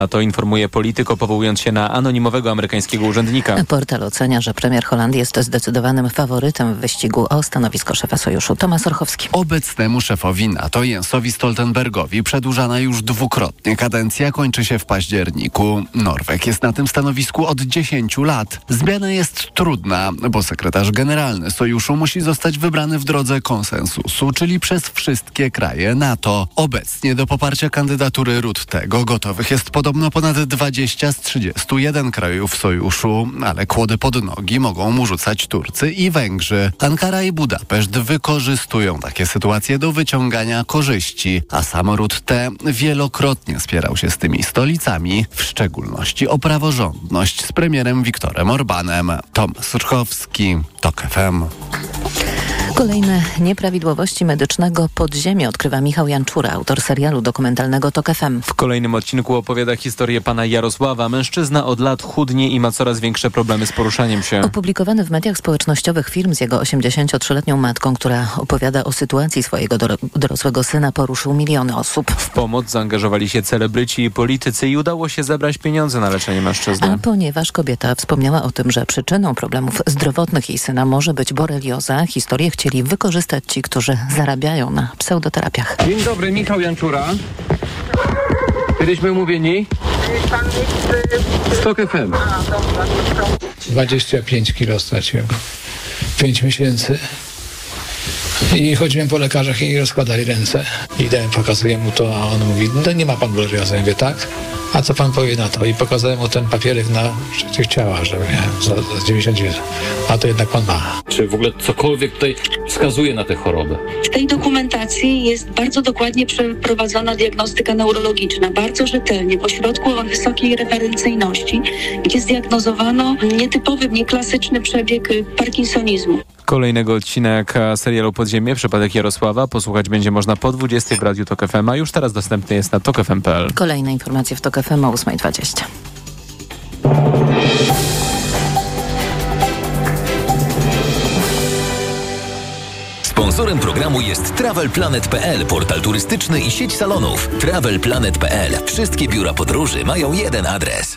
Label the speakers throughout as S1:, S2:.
S1: A to informuje Polityko, powołując się na anonimowego amerykańskiego urzędnika.
S2: Portal ocenia, że premier Holandii jest zdecydowanym faworytem w wyścigu o stanowisko szefa sojuszu. Tomasz Orchowski.
S3: Obecnemu szefowi NATO Jensowi Stoltenbergowi przedłużana już dwukrotnie kadencja kończy się w październiku. Norweg jest na tym stanowisku od 10 lat. Zmiana jest trudna, bo sekretarz generalny sojuszu musi zostać wybrany w drodze konsensusu, czyli przez wszystkie kraje NATO. Obecnie do poparcia kandydatury Ruttego gotowych jest podobno ponad 20 z 31 krajów sojuszu, ale kłody pod nogi mogą mu rzucać Turcy i Węgrzy. Ankara i Budapeszt wykorzystują takie sytuacje do wyciągania korzyści, a sam Rutte wielokrotnie spierał się z tymi stolicami, w szczególności o praworządność z premierem Viktorem Orbánem. Tomasz Orchowski, TOK FM.
S2: Kolejne nieprawidłowości medycznego podziemia odkrywa Michał Janczura, autor serialu dokumentalnego TOK FM.
S1: W kolejnym odcinku opowiada historię pana Jarosława. Mężczyzna od lat chudnie i ma coraz większe problemy z poruszaniem się.
S2: Opublikowany w mediach społecznościowych film z jego 83-letnią matką, która opowiada o sytuacji swojego dorosłego syna, poruszył miliony osób.
S1: W pomoc zaangażowali się celebryci i politycy i udało się zebrać pieniądze na leczenie mężczyzny.
S2: A ponieważ kobieta wspomniała o tym, że przyczyną problemów zdrowotnych jej syna może być borelioza, historię chcieli wykorzystać ci, którzy zarabiają na pseudoterapiach.
S4: Dzień dobry, Michał Janczura. Byliśmy umówieni? TOK FM.
S5: 25 kilo straciłem. 5 miesięcy. I chodziłem po lekarzach i rozkładali ręce. Idę, pokazuję mu to, a on mówi, no nie ma pan boreliozy. Ja mówię, tak? A co pan powie na to? I pokazałem mu ten papierek na przeciwciała, że miałem za 99. A to jednak pan ma.
S6: Czy w ogóle cokolwiek tutaj wskazuje na tę chorobę?
S7: W tej dokumentacji jest bardzo dokładnie przeprowadzona diagnostyka neurologiczna, bardzo rzetelnie, w ośrodku o wysokiej referencyjności, gdzie zdiagnozowano nietypowy, nieklasyczny przebieg parkinsonizmu.
S1: Kolejnego odcinka serialu Podziemie, przypadek Jarosława, posłuchać będzie można po 20 w Radiu TOK FM, a już teraz dostępny jest na tokfm.pl.
S2: Kolejne informacje w TOK FM o 8:20.
S8: Sponsorem programu jest TravelPlanet.pl, portal turystyczny i sieć salonów. TravelPlanet.pl. Wszystkie biura podróży mają jeden adres.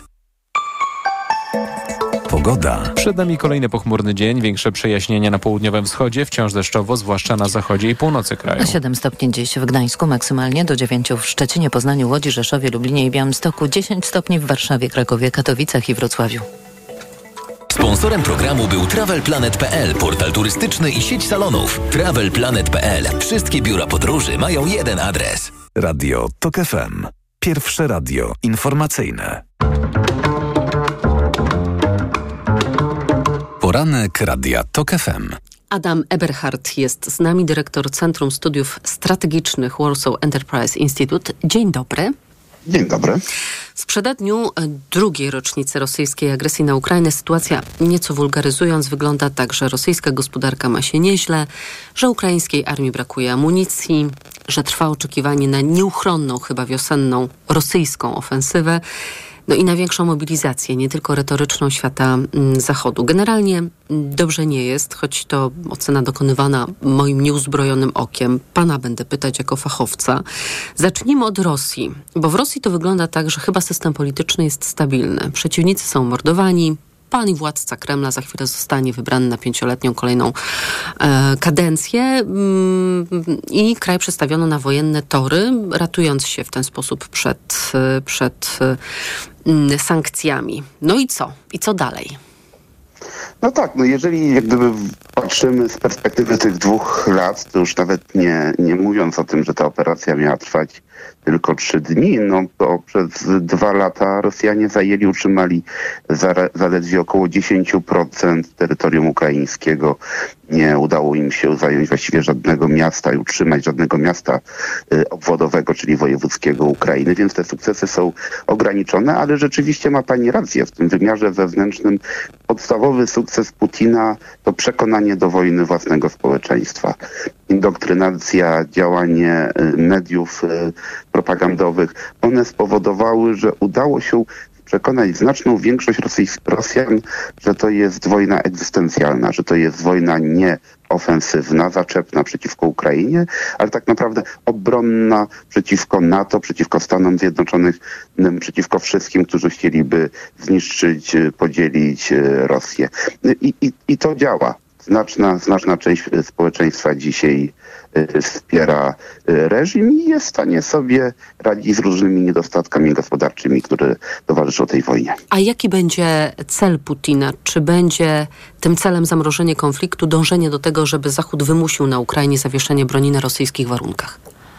S8: Pogoda.
S1: Przed nami kolejny pochmurny dzień, większe przejaśnienia na południowym wschodzie, wciąż deszczowo, zwłaszcza na zachodzie i północy kraju.
S2: 7 stopni dziś w Gdańsku, maksymalnie do 9 w Szczecinie, Poznaniu, Łodzi, Rzeszowie, Lublinie i Białymstoku, 10 stopni w Warszawie, Krakowie, Katowicach i Wrocławiu.
S8: Sponsorem programu był TravelPlanet.pl, portal turystyczny i sieć salonów. TravelPlanet.pl. Wszystkie biura podróży mają jeden adres.
S9: Radio TOK FM. Pierwsze radio informacyjne. Poranek Radia TOK FM.
S10: Adam Eberhard jest z nami, dyrektor Centrum Studiów Strategicznych Warsaw Enterprise Institute. Dzień dobry.
S11: Dzień dobry.
S10: W przededniu drugiej rocznicy rosyjskiej agresji na Ukrainę sytuacja, nieco wulgaryzując, wygląda tak, że rosyjska gospodarka ma się nieźle, że ukraińskiej armii brakuje amunicji, że trwa oczekiwanie na nieuchronną, chyba wiosenną, rosyjską ofensywę, no i na większą mobilizację, nie tylko retoryczną świata Zachodu. Generalnie dobrze nie jest, choć to ocena dokonywana moim nieuzbrojonym okiem. Pana będę pytać jako fachowca. Zacznijmy od Rosji, bo w Rosji to wygląda tak, że chyba system polityczny jest stabilny. Przeciwnicy są mordowani. Pan i władca Kremla za chwilę zostanie wybrany na 5-letnią kolejną kadencję i kraj przestawiono na wojenne tory, ratując się w ten sposób przed sankcjami. No i co? I co dalej?
S11: No tak, jeżeli jak gdyby patrzymy z perspektywy tych 2 lat, to już nawet nie mówiąc o tym, że ta operacja miała trwać tylko 3 dni, no to przez 2 lata Rosjanie zajęli, utrzymali zaledwie około 10% terytorium ukraińskiego. Nie udało im się zająć właściwie żadnego miasta i utrzymać żadnego miasta obwodowego, czyli wojewódzkiego Ukrainy, więc te sukcesy są ograniczone, ale rzeczywiście ma pani rację. W tym wymiarze wewnętrznym podstawowy sukces Putina to przekonanie do wojny własnego społeczeństwa. Indoktrynacja, działanie mediów propagandowych, one spowodowały, że udało się w przekonać znaczną większość Rosjan, że to jest wojna egzystencjalna, że to jest wojna nie ofensywna, zaczepna przeciwko Ukrainie, ale tak naprawdę obronna przeciwko NATO, przeciwko Stanom Zjednoczonym, przeciwko wszystkim, którzy chcieliby zniszczyć, podzielić Rosję. I to działa. Znaczna część społeczeństwa dzisiaj wspiera reżim i jest w stanie sobie radzić z różnymi niedostatkami gospodarczymi, które towarzyszą tej wojnie.
S10: A jaki będzie cel Putina? Czy będzie tym celem zamrożenie konfliktu, dążenie do tego, żeby Zachód wymusił na Ukrainie zawieszenie broni na rosyjskich warunkach?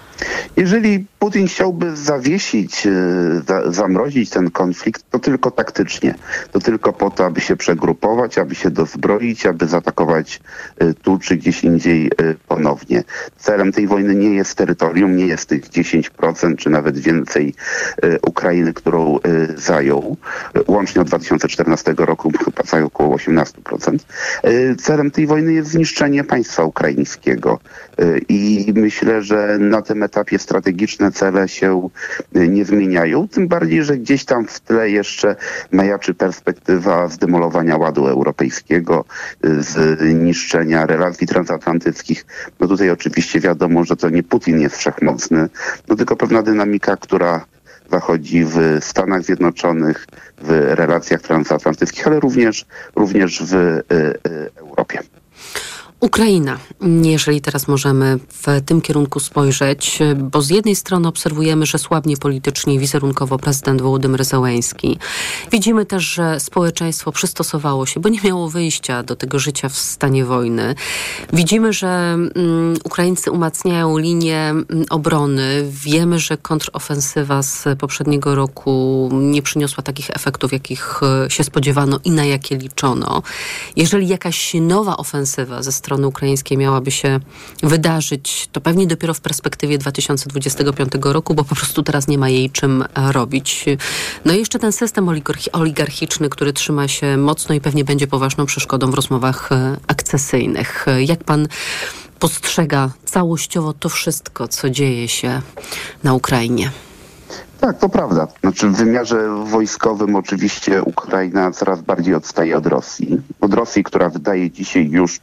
S11: Jeżeli Putin chciałby zawiesić, zamrozić ten konflikt, to tylko taktycznie. To tylko po to, aby się przegrupować, aby się dozbroić, aby zaatakować tu czy gdzieś indziej ponownie. Celem tej wojny nie jest terytorium, nie jest tych 10% czy nawet więcej Ukrainy, którą zajął. Łącznie od 2014 roku chyba zajął około 18%. Celem tej wojny jest zniszczenie państwa ukraińskiego. I myślę, że na tym etapie strategiczne cele się nie zmieniają, tym bardziej, że gdzieś tam w tle jeszcze majaczy perspektywa zdemolowania ładu europejskiego, zniszczenia relacji transatlantyckich. No tutaj oczywiście wiadomo, że to nie Putin jest wszechmocny, no tylko pewna dynamika, która zachodzi w Stanach Zjednoczonych, w relacjach transatlantyckich, ale również w Europie.
S10: Ukraina, jeżeli teraz możemy w tym kierunku spojrzeć, bo z jednej strony obserwujemy, że słabnie politycznie i wizerunkowo prezydent Wołodymyr Zełenski. Widzimy też, że społeczeństwo przystosowało się, bo nie miało wyjścia do tego życia w stanie wojny. Widzimy, że Ukraińcy umacniają linię obrony. Wiemy, że kontrofensywa z poprzedniego roku nie przyniosła takich efektów, jakich się spodziewano i na jakie liczono. Jeżeli jakaś nowa ofensywa ze strony ukraińskiej miałaby się wydarzyć, to pewnie dopiero w perspektywie 2025 roku, bo po prostu teraz nie ma jej czym robić. No i jeszcze ten system oligarchiczny, który trzyma się mocno i pewnie będzie poważną przeszkodą w rozmowach akcesyjnych. Jak pan postrzega całościowo to wszystko, co dzieje się na Ukrainie?
S11: Tak, to prawda. Znaczy w wymiarze wojskowym oczywiście Ukraina coraz bardziej odstaje od Rosji. Od Rosji, która wydaje dzisiaj już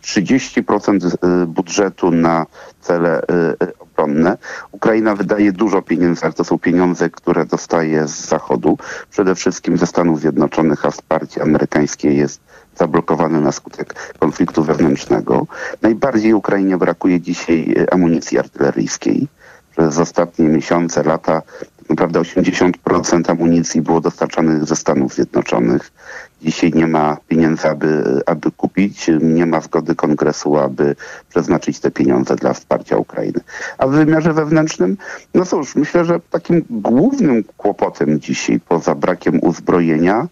S11: 30% budżetu na cele obronne. Ukraina wydaje dużo pieniędzy, ale to są pieniądze, które dostaje z Zachodu. Przede wszystkim ze Stanów Zjednoczonych, a wsparcie amerykańskie jest zablokowane na skutek konfliktu wewnętrznego. Najbardziej Ukrainie brakuje dzisiaj amunicji artyleryjskiej. Przez ostatnie miesiące, lata naprawdę 80% amunicji było dostarczanych ze Stanów Zjednoczonych. Dzisiaj nie ma pieniędzy, aby kupić, nie ma zgody kongresu, aby przeznaczyć te pieniądze dla wsparcia Ukrainy. A w wymiarze wewnętrznym, no cóż, myślę, że takim głównym kłopotem dzisiaj, poza brakiem uzbrojenia,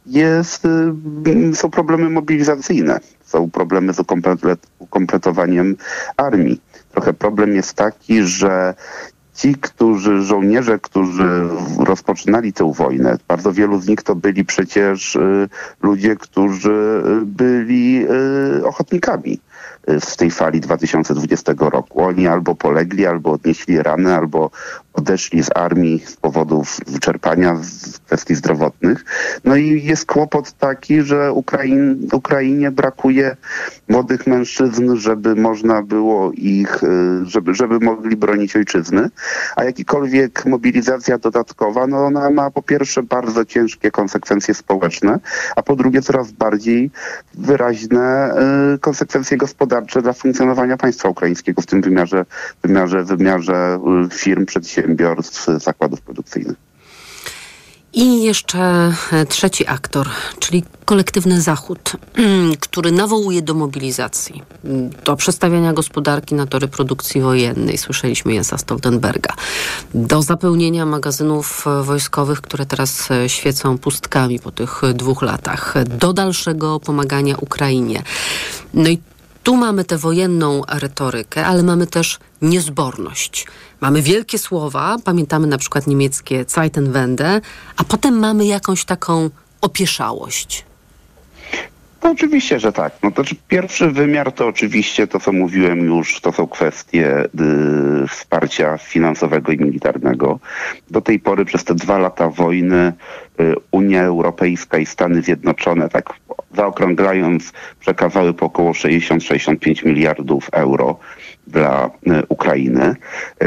S11: są problemy mobilizacyjne. Są problemy z ukompletowaniem armii. Trochę problem jest taki, że żołnierze, którzy rozpoczynali tę wojnę, bardzo wielu z nich to byli przecież ludzie, którzy byli ochotnikami w tej fali 2020 roku. Oni albo polegli, albo odnieśli rany, albo odeszli z armii z powodów wyczerpania, z kwestii zdrowotnych. No i jest kłopot taki, że Ukrainie brakuje młodych mężczyzn, żeby można było ich, żeby mogli bronić ojczyzny. A jakikolwiek mobilizacja dodatkowa, no ona ma po pierwsze bardzo ciężkie konsekwencje społeczne, a po drugie coraz bardziej wyraźne konsekwencje gospodarcze dla funkcjonowania państwa ukraińskiego w tym wymiarze firm, przedsiębiorstw, zakładów produkcyjnych.
S10: I jeszcze trzeci aktor, czyli kolektywny Zachód, który nawołuje do mobilizacji, do przestawiania gospodarki na tory produkcji wojennej. Słyszeliśmy Jensa Stoltenberga. Do zapełnienia magazynów wojskowych, które teraz świecą pustkami po tych 2 latach. Do dalszego pomagania Ukrainie. No i tu mamy tę wojenną retorykę, ale mamy też niezborność. Mamy wielkie słowa, pamiętamy na przykład niemieckie Zeitenwende, a potem mamy jakąś taką opieszałość.
S11: To oczywiście, że tak. No to pierwszy wymiar to oczywiście to, co mówiłem już, to są kwestie wsparcia finansowego i militarnego. Do tej pory przez te 2 lata wojny Unia Europejska i Stany Zjednoczone, tak zaokrąglając, przekazały po około 60-65 miliardów euro dla Ukrainy.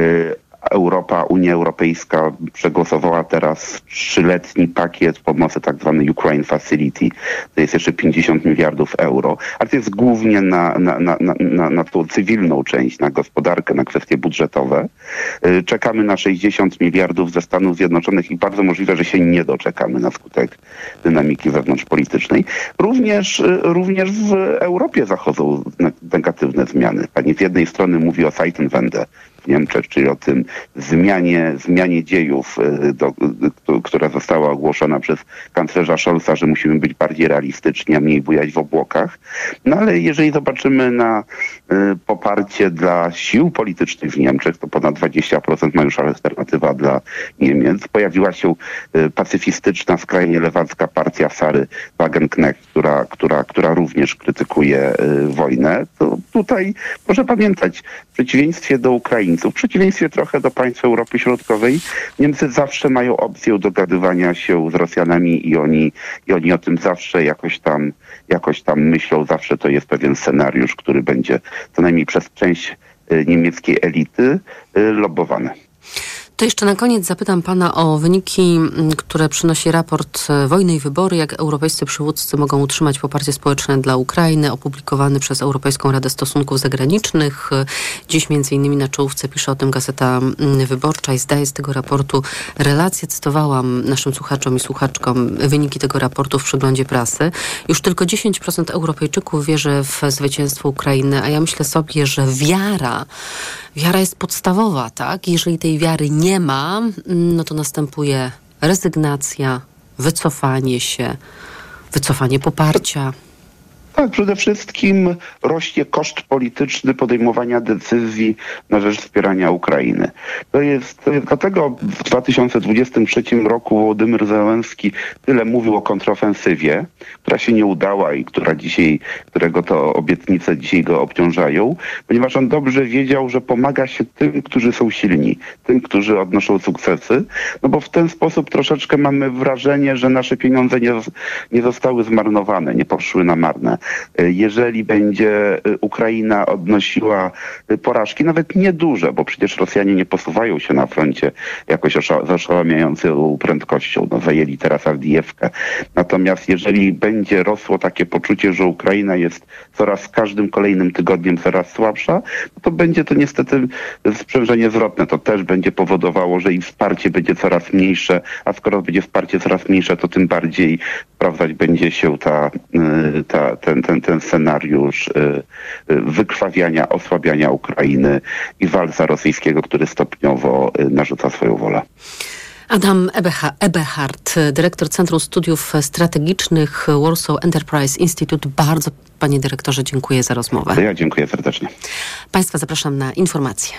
S11: Unia Europejska przegłosowała teraz 3-letni pakiet pomocy, tak zwany Ukraine Facility. To jest jeszcze 50 miliardów euro, ale to jest głównie na tą cywilną część, na gospodarkę, na kwestie budżetowe. Czekamy na 60 miliardów ze Stanów Zjednoczonych i bardzo możliwe, że się nie doczekamy na skutek dynamiki wewnątrzpolitycznej. Również w Europie zachodzą negatywne zmiany. Pani z jednej strony mówi o Zeitenwende w Niemczech, czyli o tym zmianie dziejów, która została ogłoszona przez kanclerza Scholza, że musimy być bardziej realistyczni, a mniej bujać w obłokach. No ale jeżeli zobaczymy na poparcie dla sił politycznych w Niemczech, to ponad 20% ma już alternatywa dla Niemiec. Pojawiła się pacyfistyczna, skrajnie lewacka partia Sary Wagenknecht, która również krytykuje wojnę. To tutaj proszę pamiętać, w przeciwieństwie do Ukraińców, w przeciwieństwie trochę do państw Europy Środkowej, Niemcy zawsze mają opcję dogadywania się z Rosjanami i oni o tym zawsze jakoś tam myślą, zawsze to jest pewien scenariusz, który będzie co najmniej przez część niemieckiej elity lobbowany.
S10: To jeszcze na koniec zapytam pana o wyniki, które przynosi raport Wojny i Wybory, jak europejscy przywódcy mogą utrzymać poparcie społeczne dla Ukrainy, opublikowany przez Europejską Radę Stosunków Zagranicznych. Dziś między innymi na czołówce pisze o tym Gazeta Wyborcza i zdaje z tego raportu relację. Cytowałam naszym słuchaczom i słuchaczkom wyniki tego raportu w przeglądzie prasy. Już tylko 10% Europejczyków wierzy w zwycięstwo Ukrainy, a ja myślę sobie, że wiara jest podstawowa, tak? Jeżeli tej wiary nie ma, no to następuje rezygnacja, wycofanie się, wycofanie poparcia.
S11: Tak, przede wszystkim rośnie koszt polityczny podejmowania decyzji na rzecz wspierania Ukrainy. To jest dlatego w 2023 roku Wołodymyr Zełenski tyle mówił o kontrofensywie, która się nie udała i którego to obietnice dzisiaj go obciążają, ponieważ on dobrze wiedział, że pomaga się tym, którzy są silni, tym, którzy odnoszą sukcesy, no bo w ten sposób troszeczkę mamy wrażenie, że nasze pieniądze nie zostały zmarnowane, nie poszły na marne. Jeżeli będzie Ukraina odnosiła porażki, nawet nieduże, bo przecież Rosjanie nie posuwają się na froncie jakoś z oszałamiającą prędkością. No, zajęli teraz Awdijewkę. Natomiast jeżeli będzie rosło takie poczucie, że Ukraina jest z każdym kolejnym tygodniem coraz słabsza, no to będzie to niestety sprzężenie zwrotne. To też będzie powodowało, że i wsparcie będzie coraz mniejsze, a skoro będzie wsparcie coraz mniejsze, to tym bardziej sprawdzać będzie się ten scenariusz wykrwawiania, osłabiania Ukrainy i walca rosyjskiego, który stopniowo narzuca swoją wolę.
S10: Adam Eberhard, dyrektor Centrum Studiów Strategicznych Warsaw Enterprise Institute. Bardzo, panie dyrektorze, dziękuję za rozmowę.
S11: Ja dziękuję serdecznie.
S10: Państwa zapraszam na informacje.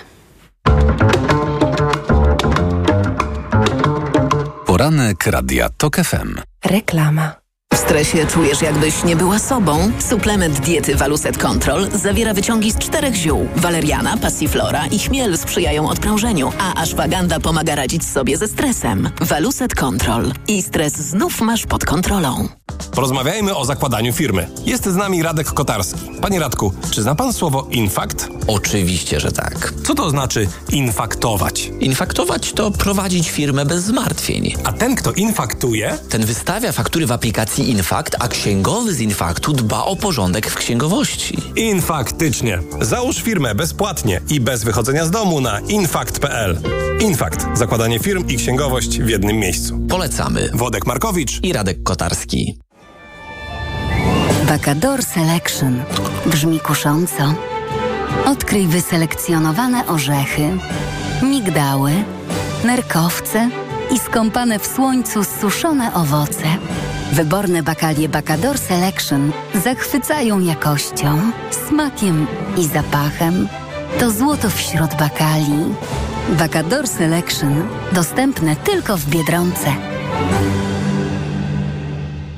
S9: Poranek Radia TOK FM.
S4: Reklama. W stresie czujesz, jakbyś nie była sobą? Suplement diety Waluset Control zawiera wyciągi z 4 ziół. Waleriana, passiflora i chmiel sprzyjają odprężeniu, a ashwaganda pomaga radzić sobie ze stresem. Waluset Control. I stres znów masz pod kontrolą.
S12: Porozmawiajmy o zakładaniu firmy. Jest z nami Radek Kotarski. Panie Radku, czy zna pan słowo infakt?
S13: Oczywiście, że tak.
S12: Co to znaczy infaktować?
S13: Infaktować to prowadzić firmę bez zmartwień.
S12: A ten, kto infaktuje?
S13: Ten wystawia faktury w aplikacji Infakt, a księgowy z Infaktu dba o porządek w księgowości.
S12: Infaktycznie. Załóż firmę bezpłatnie i bez wychodzenia z domu na infakt.pl. Infakt. Zakładanie firm i księgowość w jednym miejscu.
S13: Polecamy.
S12: Wodek Markowicz
S13: i Radek Kotarski.
S14: Backdoor Selection. Brzmi kusząco. Odkryj wyselekcjonowane orzechy, migdały, nerkowce i skąpane w słońcu suszone owoce. Wyborne bakalie Backdoor Selection zachwycają jakością, smakiem i zapachem. To złoto wśród bakali. Backdoor Selection dostępne tylko w Biedronce.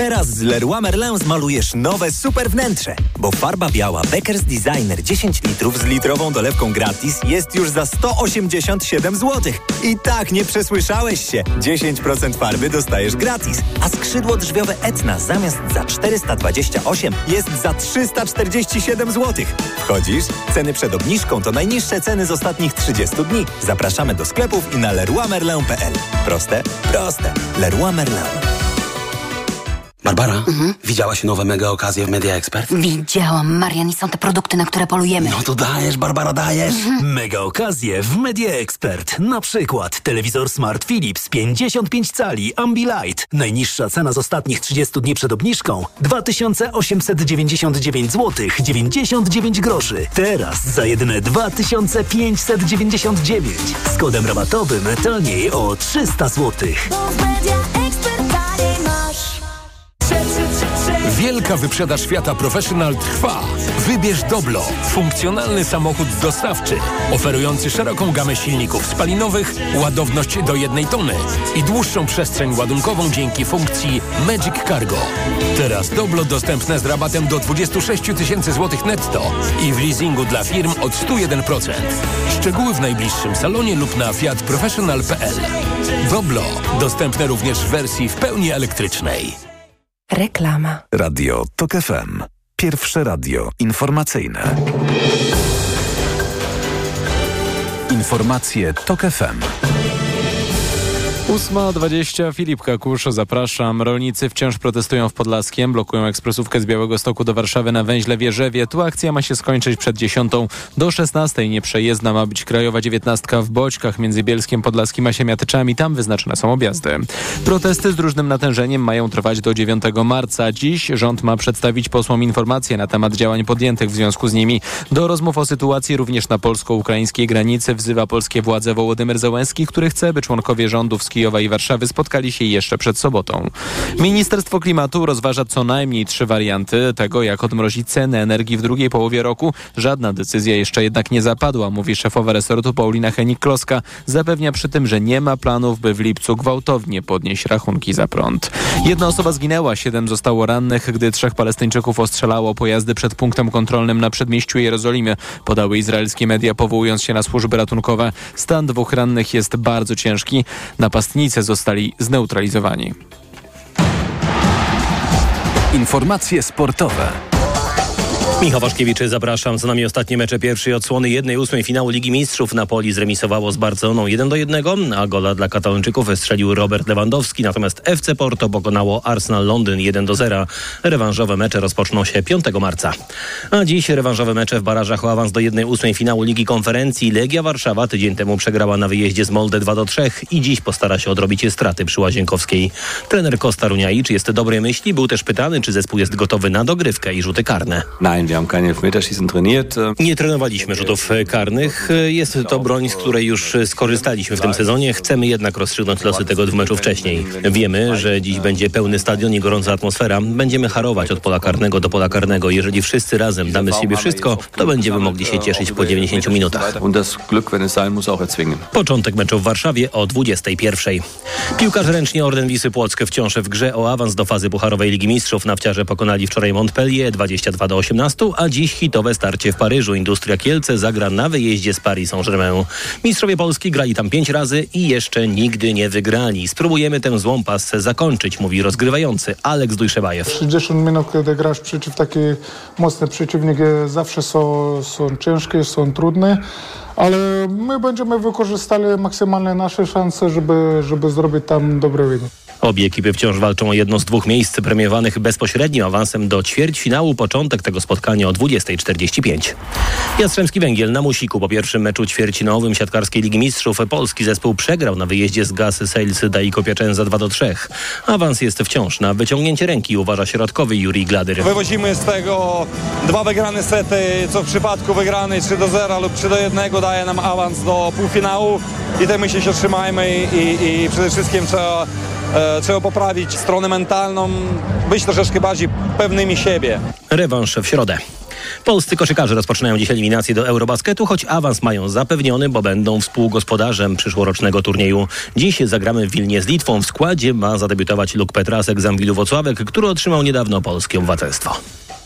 S15: Teraz z Leroy Merlin zmalujesz nowe super wnętrze, bo farba biała Beckers Designer 10 litrów z litrową dolewką gratis jest już za 187 zł. I tak nie przesłyszałeś się. 10% farby dostajesz gratis, a skrzydło drzwiowe Etna zamiast za 428 jest za 347 zł. Wchodzisz? Ceny przed obniżką to najniższe ceny z ostatnich 30 dni. Zapraszamy do sklepów i na leroymerlin.pl. Proste? Proste. Leroy Merlin.
S16: Barbara, widziałaś nowe mega okazje w Media Expert?
S14: Widziałam, Marian, i są te produkty, na które polujemy.
S16: No to dajesz, Barbara, dajesz.
S17: Mega okazje w Media Expert. Na przykład telewizor Smart Philips 55 cali Ambilight. Najniższa cena z ostatnich 30 dni przed obniżką 2899 zł 99 groszy. Teraz za jedyne 2599. Z kodem rabatowym taniej o 300 zł.
S18: Wielka wyprzedaż Fiata Professional trwa. Wybierz Doblo, funkcjonalny samochód dostawczy, oferujący szeroką gamę silników spalinowych, ładowność do 1 tony i dłuższą przestrzeń ładunkową dzięki funkcji Magic Cargo. Teraz Doblo dostępne z rabatem do 26 tysięcy złotych netto i w leasingu dla firm od 101%. Szczegóły w najbliższym salonie lub na fiatprofessional.pl. Doblo dostępne również w wersji w pełni elektrycznej.
S14: Reklama.
S9: Radio TOK FM. Pierwsze radio informacyjne. Informacje TOK FM.
S1: 8:20. Filip Kakusz, zapraszam. Rolnicy wciąż protestują w Podlaskiem, blokują ekspresówkę z Białegostoku do Warszawy na węźle Wierzewie. Tu akcja ma się skończyć przed 10 do 16. Nieprzejezdna ma być krajowa 19 w Boćkach między Bielskiem Podlaskim a Siemiatyczami. Tam wyznaczone są objazdy. Protesty z różnym natężeniem mają trwać do 9 marca. Dziś rząd ma przedstawić posłom informacje na temat działań podjętych w związku z nimi. Do rozmów o sytuacji również na polsko-ukraińskiej granicy wzywa polskie władze Wołodymyr Zełenski, który chce, by członkowie rządu z Kijowa i Warszawy spotkali się jeszcze przed sobotą. Ministerstwo Klimatu rozważa co najmniej 3 warianty tego, jak odmrozić ceny energii w drugiej połowie roku. Żadna decyzja jeszcze jednak nie zapadła, mówi szefowa resortu Paulina Henik-Kloska. Zapewnia przy tym, że nie ma planów, by w lipcu gwałtownie podnieść rachunki za prąd. 1 osoba zginęła, 7 zostało rannych, gdy 3 Palestyńczyków ostrzelało pojazdy przed punktem kontrolnym na przedmieściu Jerozolimy. Podały izraelskie media, powołując się na służby ratunkowe. Stan 2 rannych jest bardzo ciężki. Napastnicy zostali zneutralizowani.
S9: Informacje sportowe.
S19: Michał Waszkiewicz, zapraszam. Za nami ostatnie mecze pierwszej odsłony 1/8 finału Ligi Mistrzów. Napoli zremisowało z Barceloną 1-1, a gola dla Katalończyków strzelił Robert Lewandowski, natomiast FC Porto pokonało Arsenal Londyn 1-0. Rewanżowe mecze rozpoczną się 5 marca. A dziś rewanżowe mecze w barażach o awans do 1/8 finału Ligi Konferencji. Legia Warszawa tydzień temu przegrała na wyjeździe z Molde 2-3 i dziś postara się odrobić straty przy Łazienkowskiej. Trener Kosta Runiaić jest dobrej myśli. Był też pytany, czy zespół jest gotowy na dogrywkę i rzuty karne. Nie trenowaliśmy rzutów karnych. Jest to broń, z której już skorzystaliśmy w tym sezonie. Chcemy jednak rozstrzygnąć losy tego 2 meczów wcześniej. Wiemy, że dziś będzie pełny stadion i gorąca atmosfera. Będziemy harować od pola karnego do pola karnego. Jeżeli wszyscy razem damy z siebie wszystko, to będziemy mogli się cieszyć po 90 minutach. Początek meczu w Warszawie o 21:00. Piłkarze ręczni Orlen Wisły Płock wciąż w grze o awans do fazy pucharowej Ligi Mistrzów. Nawciarze pokonali wczoraj Montpellier 22-18, a dziś hitowe starcie w Paryżu. Industria Kielce zagra na wyjeździe z Paris Saint-Germain. Mistrzowie Polski grali tam 5 razy i jeszcze nigdy nie wygrali. Spróbujemy tę złą pasę zakończyć, mówi rozgrywający Aleks Dujszebajew.
S20: 60 minut, kiedy grasz przeciw taki mocny przeciwnik, zawsze są ciężkie, są trudne. Ale my będziemy wykorzystali maksymalnie nasze szanse, żeby zrobić tam dobry wynik.
S19: Obie ekipy wciąż walczą o jedno z 2 miejsc premiowanych bezpośrednim awansem do ćwierćfinału. Początek tego spotkania o 20:45. Jastrzębski Węgiel na Musiku po pierwszym meczu ćwierćfinałowym siatkarskiej Ligi Mistrzów. Polski zespół przegrał na wyjeździe z Gas Sales Daiko Piacenza 2-3. Awans jest wciąż na wyciągnięcie ręki, uważa środkowy Jurij Gladyr.
S21: Wywozimy z tego 2 wygrane sety, co w przypadku wygranej 3-0 lub 3-1 daje nam awans do półfinału i tej myśli się trzymajmy i przede wszystkim trzeba poprawić stronę mentalną, być troszeczkę bardziej pewnymi siebie.
S19: Rewanż w środę. Polscy koszykarze rozpoczynają dziś eliminację do Eurobasketu, choć awans mają zapewniony, bo będą współgospodarzem przyszłorocznego turnieju. Dziś zagramy w Wilnie z Litwą. W składzie ma zadebiutować Luk Petrasek z Amwilu Włocławek, który otrzymał niedawno polskie obywatelstwo.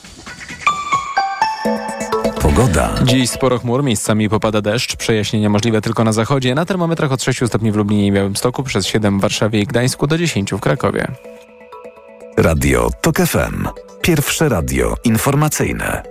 S9: Pogoda.
S1: Dziś sporo chmur, miejscami popada deszcz, przejaśnienia możliwe tylko na zachodzie. Na termometrach od 6 stopni w Lublinie i Białymstoku, przez 7 w Warszawie i Gdańsku, do 10 w Krakowie.
S9: Radio TOK FM. Pierwsze radio informacyjne.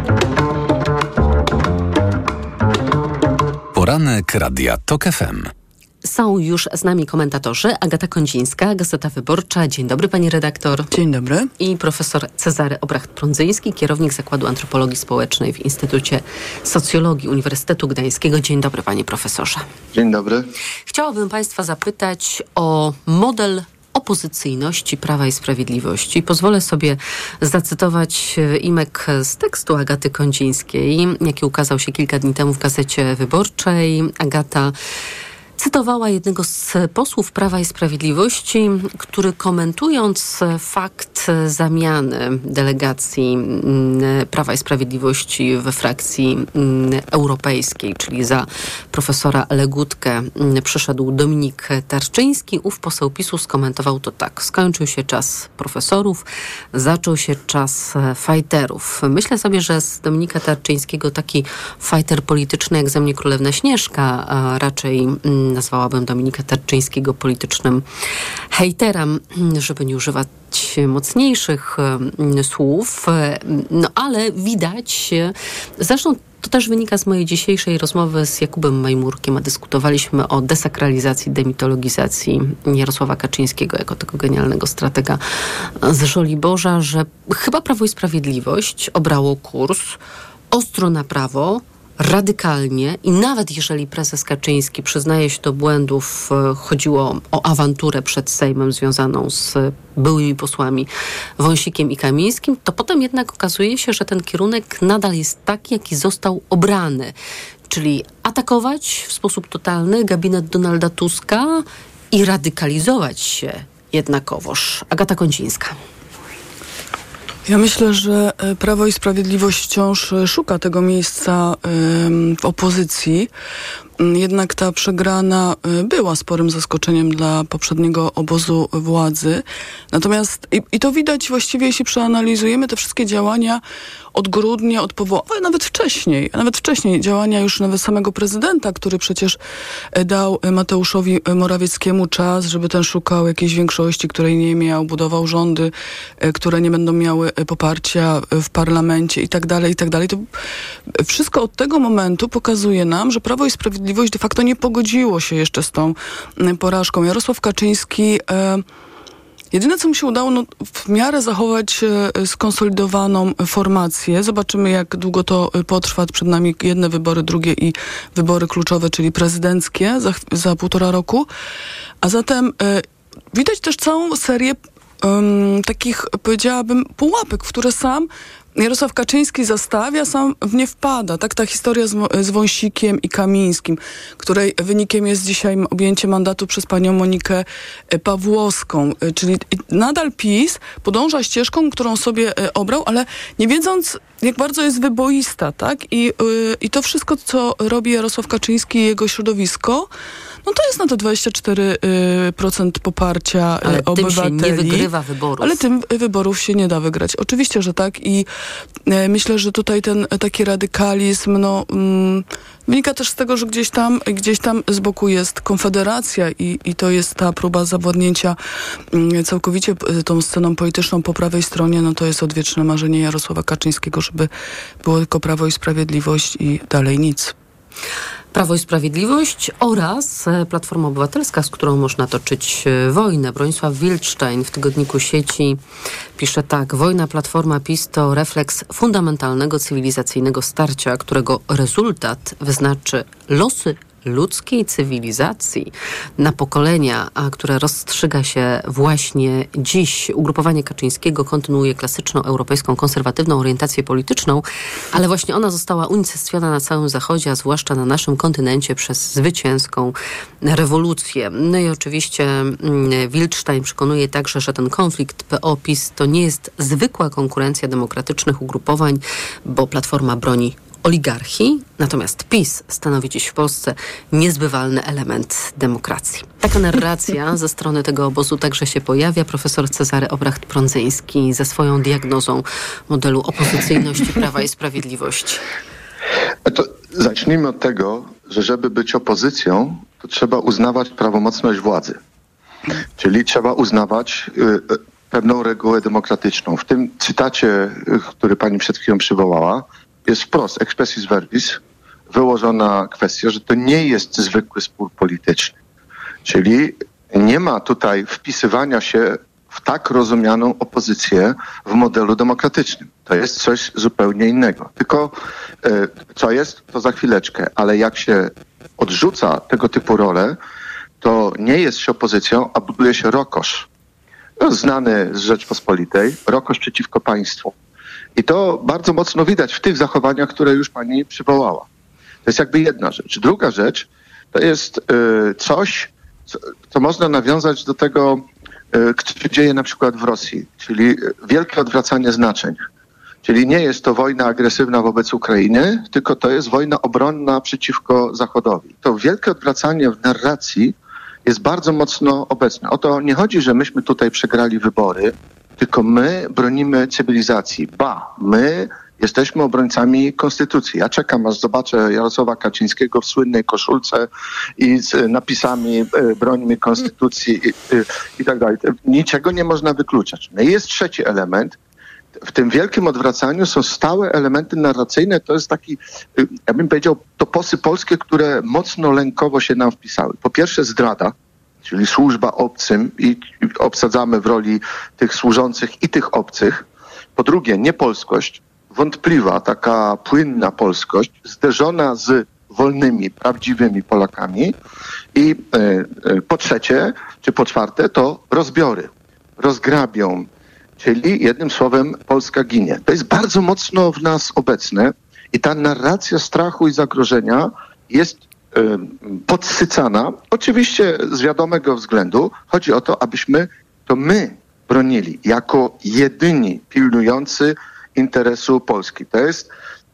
S9: Poranek Radia TOK FM.
S10: Są już z nami komentatorzy. Agata Kondzińska, Gazeta Wyborcza. Dzień dobry, pani redaktor.
S3: Dzień dobry.
S10: I profesor Cezary Obracht-Prądzyński, kierownik Zakładu Antropologii Społecznej w Instytucie Socjologii Uniwersytetu Gdańskiego. Dzień dobry, panie profesorze.
S22: Dzień dobry.
S10: Chciałabym państwa zapytać o model opozycyjności Prawa i Sprawiedliwości. Pozwolę sobie zacytować imek z tekstu Agaty Kondzińskiej, jaki ukazał się kilka dni temu w Gazecie Wyborczej. Agata cytowała jednego z posłów Prawa i Sprawiedliwości, który komentując fakt zamiany delegacji Prawa i Sprawiedliwości we frakcji europejskiej, czyli za profesora Legutkę przyszedł Dominik Tarczyński, ów poseł PiS-u skomentował to tak: skończył się czas profesorów, zaczął się czas fajterów. Myślę sobie, że z Dominika Tarczyńskiego taki fajter polityczny jak ze mnie Królewna Śnieżka, a raczej nazwałabym Dominika Tarczyńskiego politycznym hejterem, żeby nie używać mocniejszych słów. No ale widać, zresztą to też wynika z mojej dzisiejszej rozmowy z Jakubem Majmurkiem, a dyskutowaliśmy o desakralizacji, demitologizacji Jarosława Kaczyńskiego jako tego genialnego stratega z Żoliborza, że chyba Prawo i Sprawiedliwość obrało kurs ostro na prawo, radykalnie i nawet jeżeli prezes Kaczyński przyznaje się do błędów, chodziło o awanturę przed Sejmem związaną z byłymi posłami Wąsikiem i Kamińskim, to potem jednak okazuje się, że ten kierunek nadal jest taki, jaki został obrany. Czyli atakować w sposób totalny gabinet Donalda Tuska i radykalizować się jednakowoż. Agata Kondzińska.
S3: Ja myślę, że Prawo i Sprawiedliwość wciąż szuka tego miejsca w opozycji. Jednak ta przegrana była sporym zaskoczeniem dla poprzedniego obozu władzy. Natomiast, i to widać właściwie, jeśli przeanalizujemy te wszystkie działania od grudnia, od powołania, nawet wcześniej działania już nawet samego prezydenta, który przecież dał Mateuszowi Morawieckiemu czas, żeby ten szukał jakiejś większości, której nie miał, budował rządy, które nie będą miały poparcia w parlamencie i tak dalej, i tak dalej. To wszystko od tego momentu pokazuje nam, że Prawo i Sprawiedliwość de facto nie pogodziło się jeszcze z tą porażką. Jarosław Kaczyński jedyne, co mu się udało, w miarę zachować skonsolidowaną formację. Zobaczymy, jak długo to potrwa. Przed nami jedne wybory, drugie i wybory kluczowe, czyli prezydenckie za 1,5 roku. A zatem widać też całą serię takich, powiedziałabym, pułapek, w które sam Jarosław Kaczyński zastawia, sam w nie wpada. Tak, ta historia z Wąsikiem i Kamińskim, której wynikiem jest dzisiaj objęcie mandatu przez panią Monikę Pawłowską. Czyli nadal PiS podąża ścieżką, którą sobie obrał, ale nie wiedząc, jak bardzo jest wyboista, tak? I to wszystko, co robi Jarosław Kaczyński i jego środowisko, no to jest na to 24% poparcia obywateli. Ale tym się nie wygrywa wyborów. Ale tym wyborów się nie da wygrać. Oczywiście, że tak. I myślę, że tutaj ten taki radykalizm, wynika też z tego, że gdzieś tam z boku jest Konfederacja i to jest ta próba zawładnięcia całkowicie tą sceną polityczną po prawej stronie. No to jest odwieczne marzenie Jarosława Kaczyńskiego, żeby było tylko Prawo i Sprawiedliwość i dalej nic.
S10: Prawo i Sprawiedliwość oraz Platforma Obywatelska, z którą można toczyć wojnę. Bronisław Wildstein w tygodniku Sieci pisze tak: wojna Platforma PiS to refleks fundamentalnego cywilizacyjnego starcia, którego rezultat wyznaczy losy ludzkiej cywilizacji na pokolenia, które rozstrzyga się właśnie dziś. Ugrupowanie Kaczyńskiego kontynuuje klasyczną europejską konserwatywną orientację polityczną, ale właśnie ona została unicestwiona na całym Zachodzie, a zwłaszcza na naszym kontynencie przez zwycięską rewolucję. No i oczywiście Wildstein przekonuje także, że ten konflikt PO-PiS to nie jest zwykła konkurencja demokratycznych ugrupowań, bo Platforma broni oligarchii, natomiast PiS stanowi dziś w Polsce niezbywalny element demokracji. Taka narracja ze strony tego obozu także się pojawia. Profesor Cezary Obracht-Prądzyński ze swoją diagnozą modelu opozycyjności Prawa i Sprawiedliwości.
S5: To zacznijmy od tego, że żeby być opozycją, to trzeba uznawać prawomocność władzy. Czyli trzeba uznawać pewną regułę demokratyczną. W tym cytacie, który pani przed chwilą przywołała, jest wprost, expressis verbis, wyłożona kwestia, że to nie jest zwykły spór polityczny. Czyli nie ma tutaj wpisywania się w tak rozumianą opozycję w modelu demokratycznym. To jest coś zupełnie innego. Tylko co jest, to za chwileczkę. Ale jak się odrzuca tego typu role, to nie jest się opozycją, a buduje się rokosz. Znany z Rzeczpospolitej, rokosz przeciwko państwu. I to bardzo mocno widać w tych zachowaniach, które już pani przywołała. To jest jakby jedna rzecz. Druga rzecz to jest coś, co można nawiązać do tego, co się dzieje na przykład w Rosji, czyli wielkie odwracanie znaczeń. Czyli nie jest to wojna agresywna wobec Ukrainy, tylko to jest wojna obronna przeciwko Zachodowi. To wielkie odwracanie w narracji jest bardzo mocno obecne. O to nie chodzi, że myśmy tutaj przegrali wybory, tylko my bronimy cywilizacji. My jesteśmy obrońcami konstytucji. Ja czekam, aż zobaczę Jarosława Kaczyńskiego w słynnej koszulce i z napisami brońmy konstytucji i tak dalej. Niczego nie można wykluczać. No i jest trzeci element. W tym wielkim odwracaniu są stałe elementy narracyjne. To jest taki, ja bym powiedział, toposy polskie, które mocno lękowo się nam wpisały. Po pierwsze zdrada, czyli służba obcym i obsadzamy w roli tych służących i tych obcych. Po drugie niepolskość, wątpliwa, taka płynna polskość, zderzona z wolnymi, prawdziwymi Polakami. I po trzecie, czy po czwarte, to rozbiory. Rozgrabią, czyli jednym słowem Polska ginie. To jest bardzo mocno w nas obecne i ta narracja strachu i zagrożenia jest podsycana. Oczywiście z wiadomego względu chodzi o to, abyśmy to my bronili jako jedyni pilnujący interesu Polski. To jest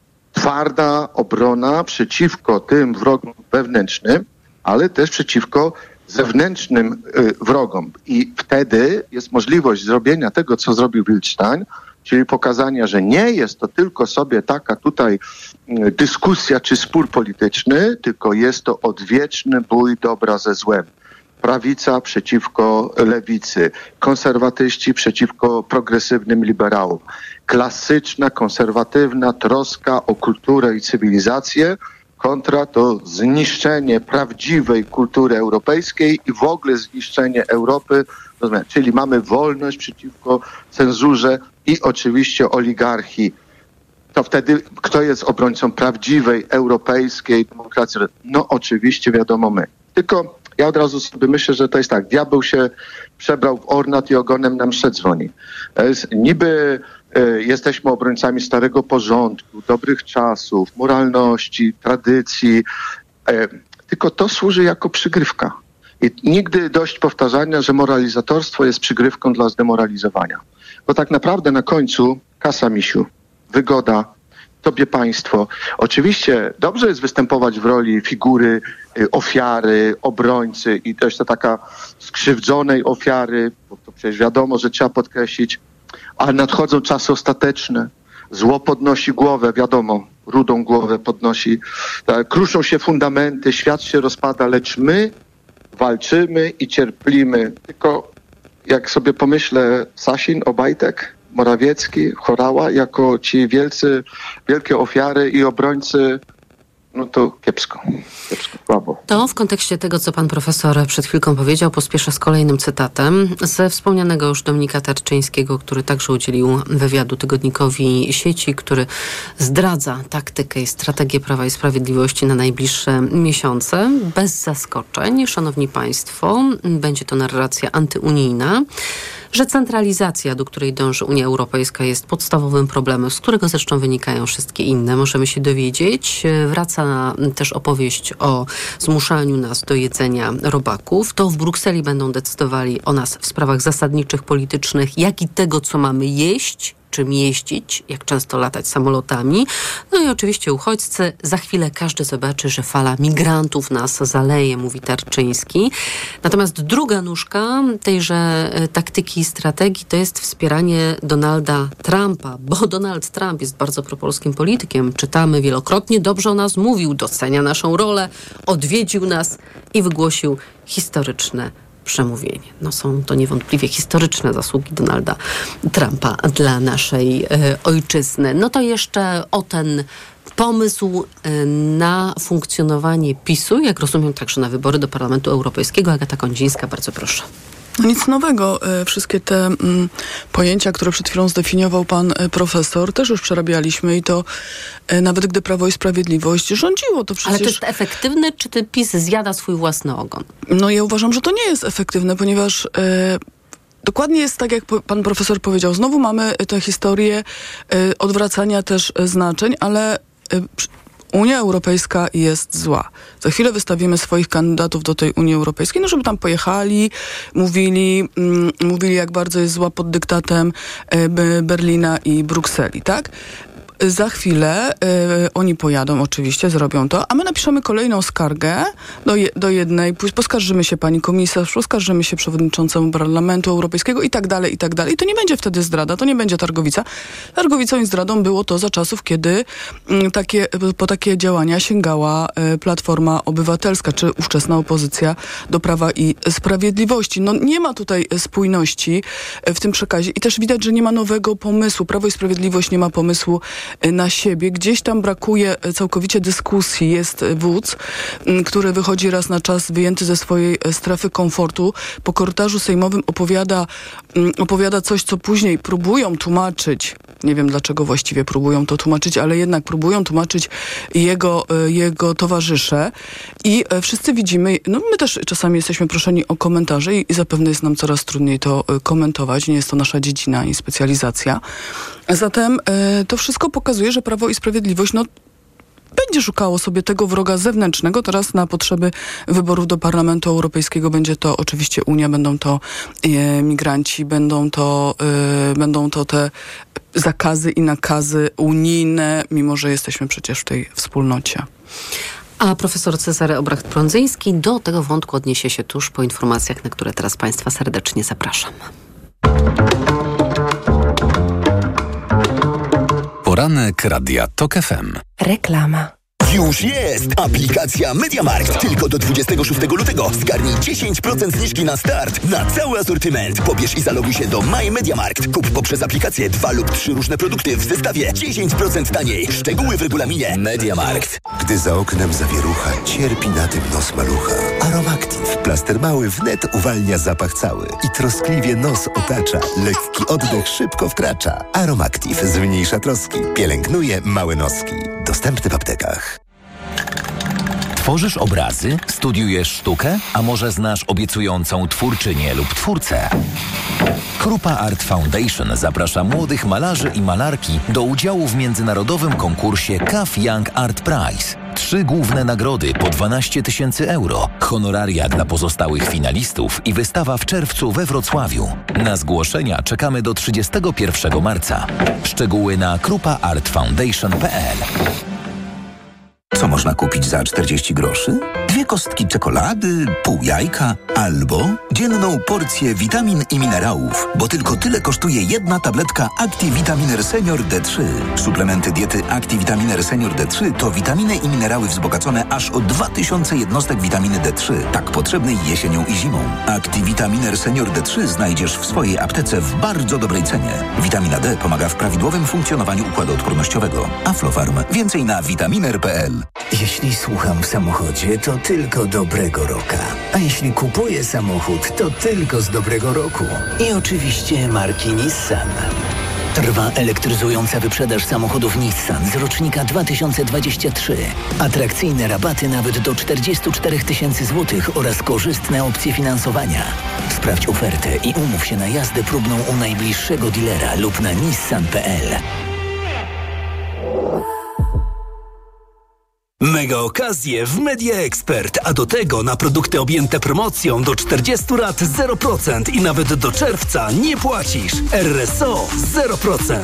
S5: twarda obrona przeciwko tym wrogom wewnętrznym, ale też przeciwko zewnętrznym wrogom. I wtedy jest możliwość zrobienia tego, co zrobił Wildstein, czyli pokazania, że nie jest to tylko sobie taka tutaj dyskusja czy spór polityczny, tylko jest to odwieczny bój dobra ze złem. Prawica przeciwko lewicy, konserwatyści przeciwko progresywnym liberałom. Klasyczna, konserwatywna troska o kulturę i cywilizację kontra to zniszczenie prawdziwej kultury europejskiej i w ogóle zniszczenie Europy. Czyli mamy wolność przeciwko cenzurze i oczywiście oligarchii. To wtedy kto jest obrońcą prawdziwej europejskiej demokracji? No oczywiście wiadomo my. Tylko ja od razu sobie myślę, że to jest tak. Diabeł się przebrał w ornat i ogonem nam msze dzwoni. Niby jesteśmy obrońcami starego porządku, dobrych czasów, moralności, tradycji. Tylko to służy jako przygrywka. I nigdy dość powtarzania, że moralizatorstwo jest przygrywką dla zdemoralizowania. Bo tak naprawdę na końcu kasa, misiu, wygoda, tobie państwo. Oczywiście dobrze jest występować w roli figury ofiary, obrońcy i też to taka skrzywdzonej ofiary, bo to przecież wiadomo, że trzeba podkreślić, ale nadchodzą czasy ostateczne. Zło podnosi głowę, wiadomo, rudą głowę podnosi. Kruszą się fundamenty, świat się rozpada, lecz my walczymy i cierplimy. Tylko jak sobie pomyślę, Sasin, Obajtek, Morawiecki, Horała, jako ci wielkie ofiary i obrońcy no to kiepsko, słabo.
S10: To w kontekście tego, co pan profesor przed chwilką powiedział, pospieszę z kolejnym cytatem ze wspomnianego już Dominika Tarczyńskiego, który także udzielił wywiadu tygodnikowi Sieci, który zdradza taktykę i strategię Prawa i Sprawiedliwości na najbliższe miesiące. Bez zaskoczeń, szanowni państwo, będzie to narracja antyunijna, że centralizacja, do której dąży Unia Europejska, jest podstawowym problemem, z którego zresztą wynikają wszystkie inne. Możemy się dowiedzieć. Wraca też opowieść o zmuszaniu nas do jedzenia robaków. To w Brukseli będą decydowali o nas w sprawach zasadniczych, politycznych, jak i tego, co mamy jeść, czym jeździć, jak często latać samolotami. No i oczywiście uchodźcy. Za chwilę każdy zobaczy, że fala migrantów nas zaleje, mówi Tarczyński. Natomiast druga nóżka tejże taktyki i strategii to jest wspieranie Donalda Trumpa, bo Donald Trump jest bardzo propolskim politykiem. Czytamy wielokrotnie, dobrze o nas mówił, docenia naszą rolę, odwiedził nas i wygłosił historyczne przemówienie. No są to niewątpliwie historyczne zasługi Donalda Trumpa dla naszej ojczyzny. No to jeszcze o ten pomysł na funkcjonowanie PiS-u, jak rozumiem także na wybory do Parlamentu Europejskiego. Agata Kondzińska, bardzo proszę.
S3: Nic nowego. Wszystkie te pojęcia, które przed chwilą zdefiniował pan profesor, też już przerabialiśmy i to nawet gdy Prawo i Sprawiedliwość rządziło, to przecież...
S10: Ale to jest efektywne, czy ten PiS zjada swój własny ogon?
S3: No ja uważam, że to nie jest efektywne, ponieważ... Dokładnie jest tak, jak pan profesor powiedział. Znowu mamy tę historię odwracania też znaczeń, ale Unia Europejska jest zła. Za chwilę wystawimy swoich kandydatów do tej Unii Europejskiej, no żeby tam pojechali, mówili jak bardzo jest zła pod dyktatem Berlina i Brukseli, tak? Za chwilę oni pojadą oczywiście, zrobią to, a my napiszemy kolejną skargę do jednej, poskarżymy się pani komisarz, poskarżymy się przewodniczącemu Parlamentu Europejskiego i tak dalej, i tak dalej. I to nie będzie wtedy zdrada, to nie będzie targowica. Targowicą i zdradą było to za czasów, kiedy po takie działania sięgała Platforma Obywatelska, czy ówczesna opozycja do Prawa i Sprawiedliwości. No nie ma tutaj spójności w tym przekazie i też widać, że nie ma nowego pomysłu. Prawo i Sprawiedliwość nie ma pomysłu na siebie. Gdzieś tam brakuje całkowicie dyskusji. Jest wódz, który wychodzi raz na czas wyjęty ze swojej strefy komfortu. Po korytarzu sejmowym opowiada coś, co później próbują tłumaczyć. Nie wiem, dlaczego właściwie próbują to tłumaczyć, ale jednak próbują tłumaczyć jego towarzysze. I wszyscy widzimy, no my też czasami jesteśmy proszeni o komentarze i zapewne jest nam coraz trudniej to komentować. Nie jest to nasza dziedzina i specjalizacja. Zatem to wszystko pokazuje, że Prawo i Sprawiedliwość będzie szukało sobie tego wroga zewnętrznego. Teraz na potrzeby wyborów do Parlamentu Europejskiego będzie to oczywiście Unia, będą to migranci, będą to te zakazy i nakazy unijne, mimo że jesteśmy przecież w tej wspólnocie.
S10: A profesor Cezary Obracht-Prądzyński do tego wątku odniesie się tuż po informacjach, na które teraz Państwa serdecznie zapraszam.
S9: Poranek Radia TOK FM.
S14: Reklama.
S6: Już jest! Aplikacja MediaMarkt. Tylko do 26 lutego. Zgarnij 10% zniżki na start na cały asortyment. Pobierz i zaloguj się do My MediaMarkt. Kup poprzez aplikację 2 lub 3 różne produkty w zestawie 10% taniej. Szczegóły w regulaminie. MediaMarkt.
S22: Gdy za oknem zawierucha, cierpi na tym nos malucha. Aromactive. Plaster mały wnet uwalnia zapach cały i troskliwie nos otacza. Lekki oddech szybko wkracza. Aromactive zmniejsza troski. Pielęgnuje małe noski. Dostępny w aptekach.
S8: Tworzysz obrazy? Studiujesz sztukę? A może znasz obiecującą twórczynię lub twórcę? Krupa Art Foundation zaprasza młodych malarzy i malarki do udziału w międzynarodowym konkursie CAF Young Art Prize. 3 główne nagrody po 12 000 euro, honoraria dla pozostałych finalistów i wystawa w czerwcu we Wrocławiu. Na zgłoszenia czekamy do 31 marca. Szczegóły na krupaartfoundation.pl.
S22: Co można kupić za 40 groszy?
S2: 2 kostki czekolady, pół jajka albo dzienną porcję witamin i minerałów, bo tylko tyle kosztuje jedna tabletka ActiVitaminer Senior D3. Suplementy diety ActiVitaminer Senior D3 to witaminy i minerały wzbogacone aż o 2000 jednostek witaminy D3, tak potrzebnej jesienią i zimą. ActiVitaminer Senior D3 znajdziesz w swojej aptece w bardzo dobrej cenie. Witamina D pomaga w prawidłowym funkcjonowaniu układu odpornościowego. Aflofarm. Więcej na vitaminer.pl.
S7: Jeśli słucham w samochodzie, to tylko dobrego rocka. A jeśli kupuję samochód, to tylko z dobrego roku. I oczywiście marki Nissan. Trwa elektryzująca wyprzedaż samochodów Nissan z rocznika 2023. Atrakcyjne rabaty nawet do 44 000 złotych oraz korzystne opcje finansowania. Sprawdź ofertę i umów się na jazdę próbną u najbliższego dealera lub na nissan.pl.
S17: Mega okazje w Media Expert, a do tego na produkty objęte promocją do 40 lat 0% i nawet do czerwca nie płacisz. RSO 0%.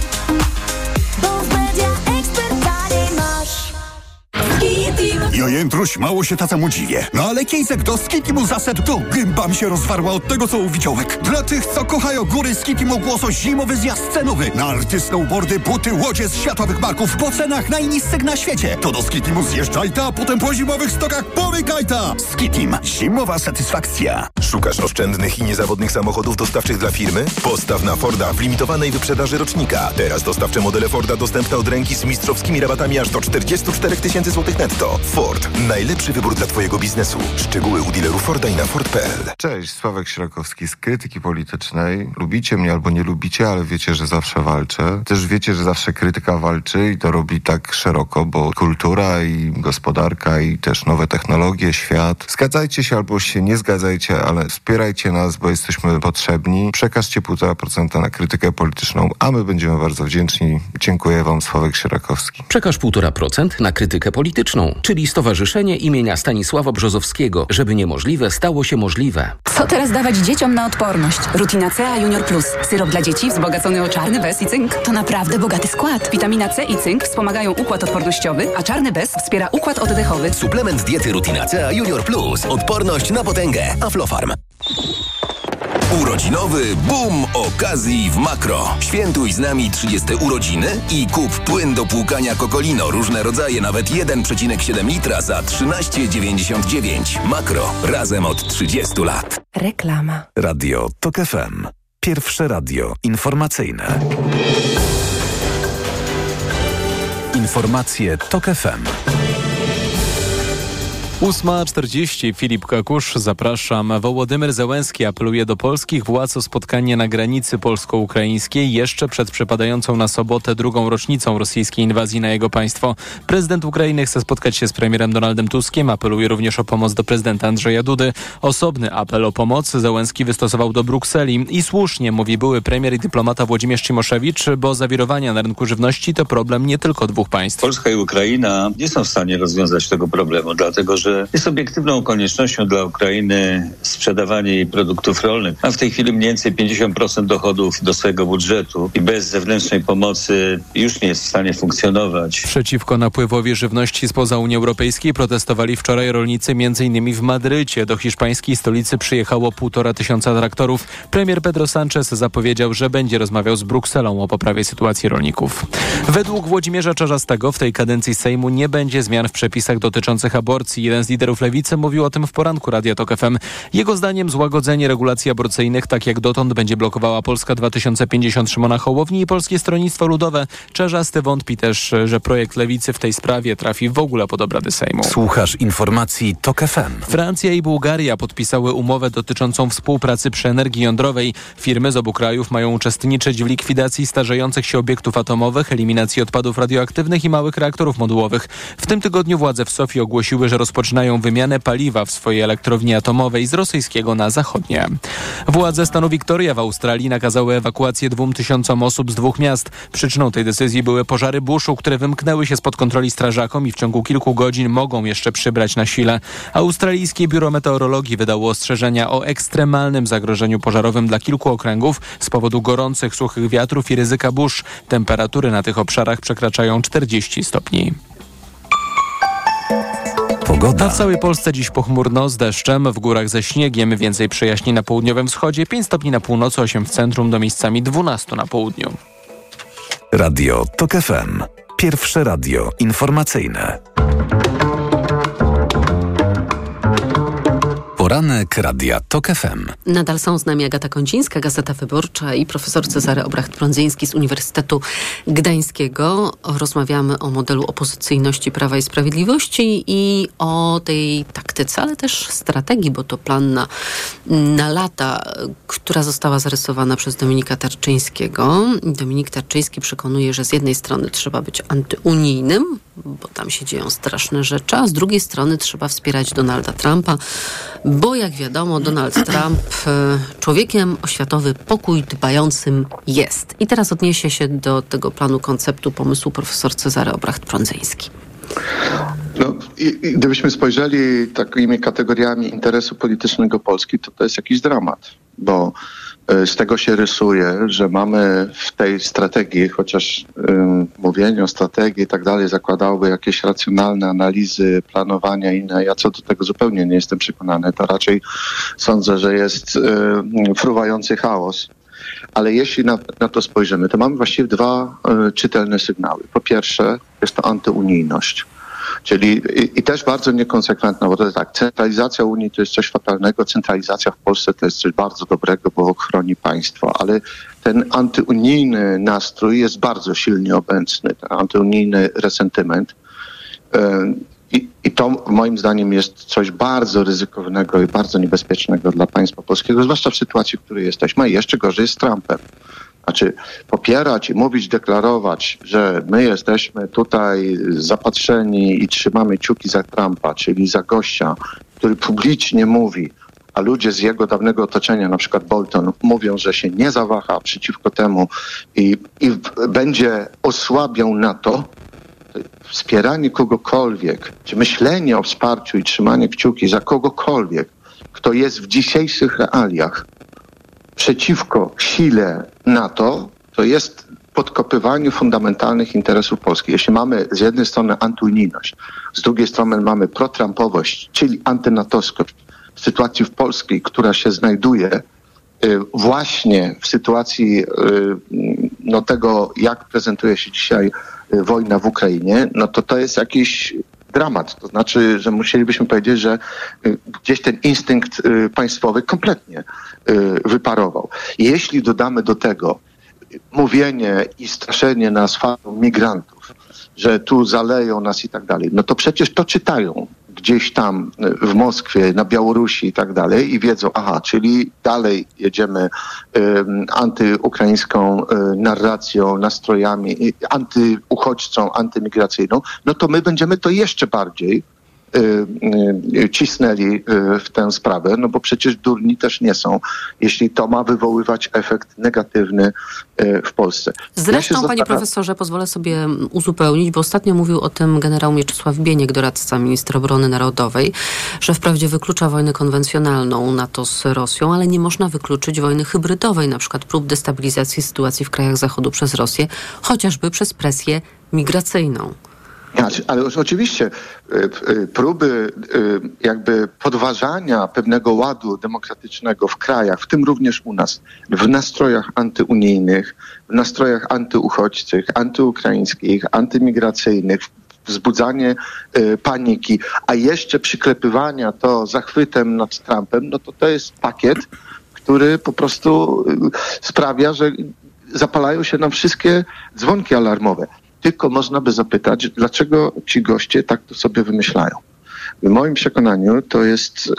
S23: Jojętruś, mało się tacemu dziwię. No ale Kiejzek do Skitimu zasad to gęba mi się rozwarła od tego, co u widziałek. Dla tych, co kochają góry, Skitim ogłoso zimowy zjazd cenowy. Narty, snowboardy, buty, łodzie z światowych marków po cenach najniższych na świecie. To do Skitimu zjeżdżajta, a potem po zimowych stokach pomykajta. Skitim. Zimowa satysfakcja.
S24: Szukasz oszczędnych i niezawodnych samochodów dostawczych dla firmy? Postaw na Forda w limitowanej wyprzedaży rocznika. Teraz dostawcze modele Forda dostępne od ręki z mistrzowskimi rabatami aż do 44 000 złotych netto. Ford. Najlepszy wybór dla Twojego biznesu. Szczegóły u dealerów Forda i na Ford.pl.
S25: Cześć, Sławek Sierakowski z Krytyki Politycznej. Lubicie mnie albo nie lubicie, ale wiecie, że zawsze walczę. Też wiecie, że zawsze krytyka walczy i to robi tak szeroko, bo kultura i gospodarka i też nowe technologie, świat. Zgadzajcie się albo się nie zgadzajcie, ale wspierajcie nas, bo jesteśmy potrzebni. Przekażcie 1,5% na Krytykę Polityczną, a my będziemy bardzo wdzięczni. Dziękuję Wam, Sławek Sierakowski.
S26: Przekaż 1,5% na Krytykę Polityczną, czyli Stowarzyszenie imienia Stanisława Brzozowskiego, żeby niemożliwe stało się możliwe.
S27: Co teraz dawać dzieciom na odporność? Rutina C Junior Plus. Syrop dla dzieci wzbogacony o czarny bez i cynk. To naprawdę bogaty skład. Witamina C i cynk wspomagają układ odpornościowy, a czarny bez wspiera układ oddechowy.
S8: Suplement diety Rutina C Junior Plus. Odporność na potęgę. Aflofarm. Urodzinowy boom okazji w Makro. Świętuj z nami 30 urodziny i kup płyn do płukania Kokolino. Różne rodzaje, nawet 1,7 litra za 13,99. Makro. Razem od 30 lat.
S14: Reklama.
S9: Radio TOK FM. Pierwsze radio informacyjne. Informacje TOK FM.
S1: 8:40. Filip Kakusz, zapraszam. Wołodymyr Zełenski apeluje do polskich władz o spotkanie na granicy polsko-ukraińskiej jeszcze przed przypadającą na sobotę drugą rocznicą rosyjskiej inwazji na jego państwo. Prezydent Ukrainy chce spotkać się z premierem Donaldem Tuskiem, apeluje również o pomoc do prezydenta Andrzeja Dudy. Osobny apel o pomoc Zełenski wystosował do Brukseli i słusznie, mówi były premier i dyplomata Włodzimierz Cimoszewicz, bo zawirowania na rynku żywności to problem nie tylko dwóch państw.
S28: Polska i Ukraina nie są w stanie rozwiązać tego problemu, dlatego że jest obiektywną koniecznością dla Ukrainy sprzedawanie jej produktów rolnych. Ma w tej chwili mniej więcej 50% dochodów do swojego budżetu i bez zewnętrznej pomocy już nie jest w stanie funkcjonować.
S1: Przeciwko napływowi żywności spoza Unii Europejskiej protestowali wczoraj rolnicy m.in. w Madrycie. Do hiszpańskiej stolicy przyjechało 1500 traktorów. Premier Pedro Sánchez zapowiedział, że będzie rozmawiał z Brukselą o poprawie sytuacji rolników. Według Włodzimierza Czarzastego w tej kadencji Sejmu nie będzie zmian w przepisach dotyczących aborcji. Jeden z liderów Lewicy mówił o tym w poranku Radia TOK FM. Jego zdaniem złagodzenie regulacji aborcyjnych, tak jak dotąd, będzie blokowała Polska 2050 Szymona Hołowni i Polskie Stronnictwo Ludowe. Czarzasty wątpi też, że projekt Lewicy w tej sprawie trafi w ogóle pod obrady Sejmu.
S9: Słuchasz informacji TOK FM.
S1: Francja i Bułgaria podpisały umowę dotyczącą współpracy przy energii jądrowej. Firmy z obu krajów mają uczestniczyć w likwidacji starzejących się obiektów atomowych, eliminacji odpadów radioaktywnych i małych reaktorów modułowych. W tym tygodniu władze w Sofii ogłosiły, że rozpoczynają wymianę paliwa w swojej elektrowni atomowej z rosyjskiego na zachodnie. Władze stanu Wiktoria w Australii nakazały ewakuację 2000 osób z 2 miast. Przyczyną tej decyzji były pożary buszu, które wymknęły się spod kontroli strażakom i w ciągu kilku godzin mogą jeszcze przybrać na sile. Australijskie Biuro Meteorologii wydało ostrzeżenia o ekstremalnym zagrożeniu pożarowym dla kilku okręgów z powodu gorących, suchych wiatrów i ryzyka burz. Temperatury na tych obszarach przekraczają 40 stopni.
S9: Pogoda.
S1: W całej Polsce dziś pochmurno, z deszczem, w górach ze śniegiem, więcej przejaśnień na południowym wschodzie, 5 stopni na północy, 8 w centrum, do miejscami 12 na południu.
S9: Radio TOK FM. Pierwsze radio informacyjne. Poranek Radia TOK FM.
S10: Nadal są z nami Agata Kondzińska, Gazeta Wyborcza i profesor Cezary Obracht-Prądzyński z Uniwersytetu Gdańskiego. Rozmawiamy o modelu opozycyjności Prawa i Sprawiedliwości i o tej taktyce, ale też strategii, bo to plan na lata, która została zarysowana przez Dominika Tarczyńskiego. Dominik Tarczyński przekonuje, że z jednej strony trzeba być antyunijnym, bo tam się dzieją straszne rzeczy, a z drugiej strony trzeba wspierać Donalda Trumpa, bo jak wiadomo, Donald Trump człowiekiem o światowy pokój dbającym jest. I teraz odniesie się do tego planu, konceptu, pomysłu profesor Cezary Obracht-Prądzyński.
S5: No, i gdybyśmy spojrzeli takimi kategoriami interesu politycznego Polski, to jest jakiś dramat, bo z tego się rysuje, że mamy w tej strategii, chociaż mówienie o strategii i tak dalej zakładałoby jakieś racjonalne analizy, planowania inne. Ja co do tego zupełnie nie jestem przekonany. To raczej sądzę, że jest fruwający chaos. Ale jeśli na to spojrzymy, to mamy właściwie dwa czytelne sygnały. Po pierwsze jest to antyunijność. Czyli i też bardzo niekonsekwentna, bo to jest tak, centralizacja Unii to jest coś fatalnego, centralizacja w Polsce to jest coś bardzo dobrego, bo chroni państwo, ale ten antyunijny nastrój jest bardzo silnie obecny, ten antyunijny resentyment. I to moim zdaniem jest coś bardzo ryzykownego i bardzo niebezpiecznego dla państwa polskiego, zwłaszcza w sytuacji, w której jesteśmy, a jeszcze gorzej z Trumpem. Znaczy popierać i mówić, deklarować, że my jesteśmy tutaj zapatrzeni i trzymamy kciuki za Trumpa, czyli za gościa, który publicznie mówi, a ludzie z jego dawnego otoczenia, na przykład Bolton, mówią, że się nie zawaha przeciwko temu i będzie osłabiał NATO. Wspieranie kogokolwiek, czy myślenie o wsparciu i trzymanie kciuki za kogokolwiek, kto jest w dzisiejszych realiach przeciwko sile NATO, to jest podkopywanie fundamentalnych interesów Polski. Jeśli mamy z jednej strony antyunijność, z drugiej strony mamy protrampowość, czyli antynatowskość w sytuacji w Polskiej, która się znajduje właśnie w sytuacji tego, jak prezentuje się dzisiaj wojna w Ukrainie, no to jest jakiś dramat. To znaczy, że musielibyśmy powiedzieć, że gdzieś ten instynkt państwowy kompletnie wyparował. Jeśli dodamy do tego mówienie i straszenie nas falą migrantów, że tu zaleją nas i tak dalej, no to przecież to czytają gdzieś tam w Moskwie, na Białorusi i tak dalej i wiedzą, czyli dalej jedziemy antyukraińską narracją, nastrojami, antyuchodźcą, antymigracyjną, no to my będziemy to jeszcze bardziej cisnęli w tę sprawę, no bo przecież durni też nie są, jeśli to ma wywoływać efekt negatywny w Polsce.
S10: Zresztą, panie profesorze, pozwolę sobie uzupełnić, bo ostatnio mówił o tym generał Mieczysław Bieniek, doradca ministra obrony narodowej, że wprawdzie wyklucza wojnę konwencjonalną NATO z Rosją, ale nie można wykluczyć wojny hybrydowej, na przykład prób destabilizacji sytuacji w krajach Zachodu przez Rosję, chociażby przez presję migracyjną.
S5: Ale oczywiście próby jakby podważania pewnego ładu demokratycznego w krajach, w tym również u nas, w nastrojach antyunijnych, w nastrojach antyuchodźczych, antyukraińskich, antymigracyjnych, wzbudzanie paniki, a jeszcze przyklepywania to zachwytem nad Trumpem, no to jest pakiet, który po prostu sprawia, że zapalają się nam wszystkie dzwonki alarmowe. Tylko można by zapytać, dlaczego ci goście tak to sobie wymyślają. W moim przekonaniu to jest,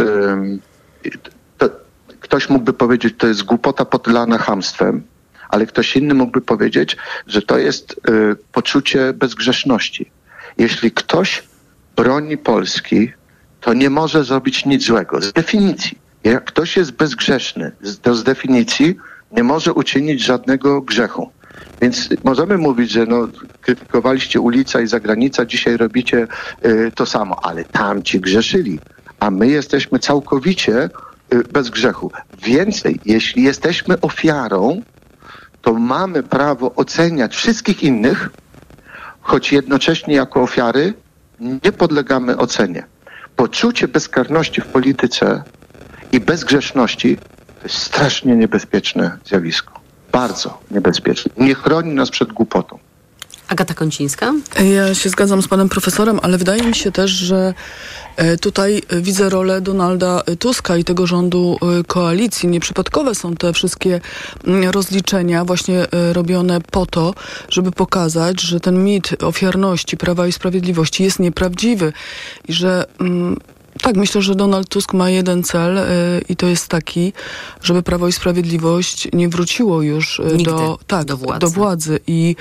S5: ktoś mógłby powiedzieć, to jest głupota podlana chamstwem, ale ktoś inny mógłby powiedzieć, że to jest poczucie bezgrzeszności. Jeśli ktoś broni Polski, to nie może zrobić nic złego. Z definicji. Jak ktoś jest bezgrzeszny, to z definicji nie może uczynić żadnego grzechu. Więc możemy mówić, że krytykowaliście ulica i zagranica, dzisiaj robicie to samo, ale tamci grzeszyli, a my jesteśmy całkowicie bez grzechu. Więcej, jeśli jesteśmy ofiarą, to mamy prawo oceniać wszystkich innych, choć jednocześnie jako ofiary nie podlegamy ocenie. poczucie bezkarności w polityce i bezgrzeszności to jest strasznie niebezpieczne zjawisko. Bardzo niebezpieczne. Nie chroni nas przed głupotą.
S10: Agata Kondzińska?
S3: Ja się zgadzam z panem profesorem, ale wydaje mi się też, że tutaj widzę rolę Donalda Tuska i tego rządu koalicji. Nieprzypadkowe są te wszystkie rozliczenia właśnie robione po to, żeby pokazać, że ten mit ofiarności Prawa i Sprawiedliwości jest nieprawdziwy i że tak, myślę, że Donald Tusk ma jeden cel i to jest taki, żeby Prawo i Sprawiedliwość nie wróciło już do władzy. I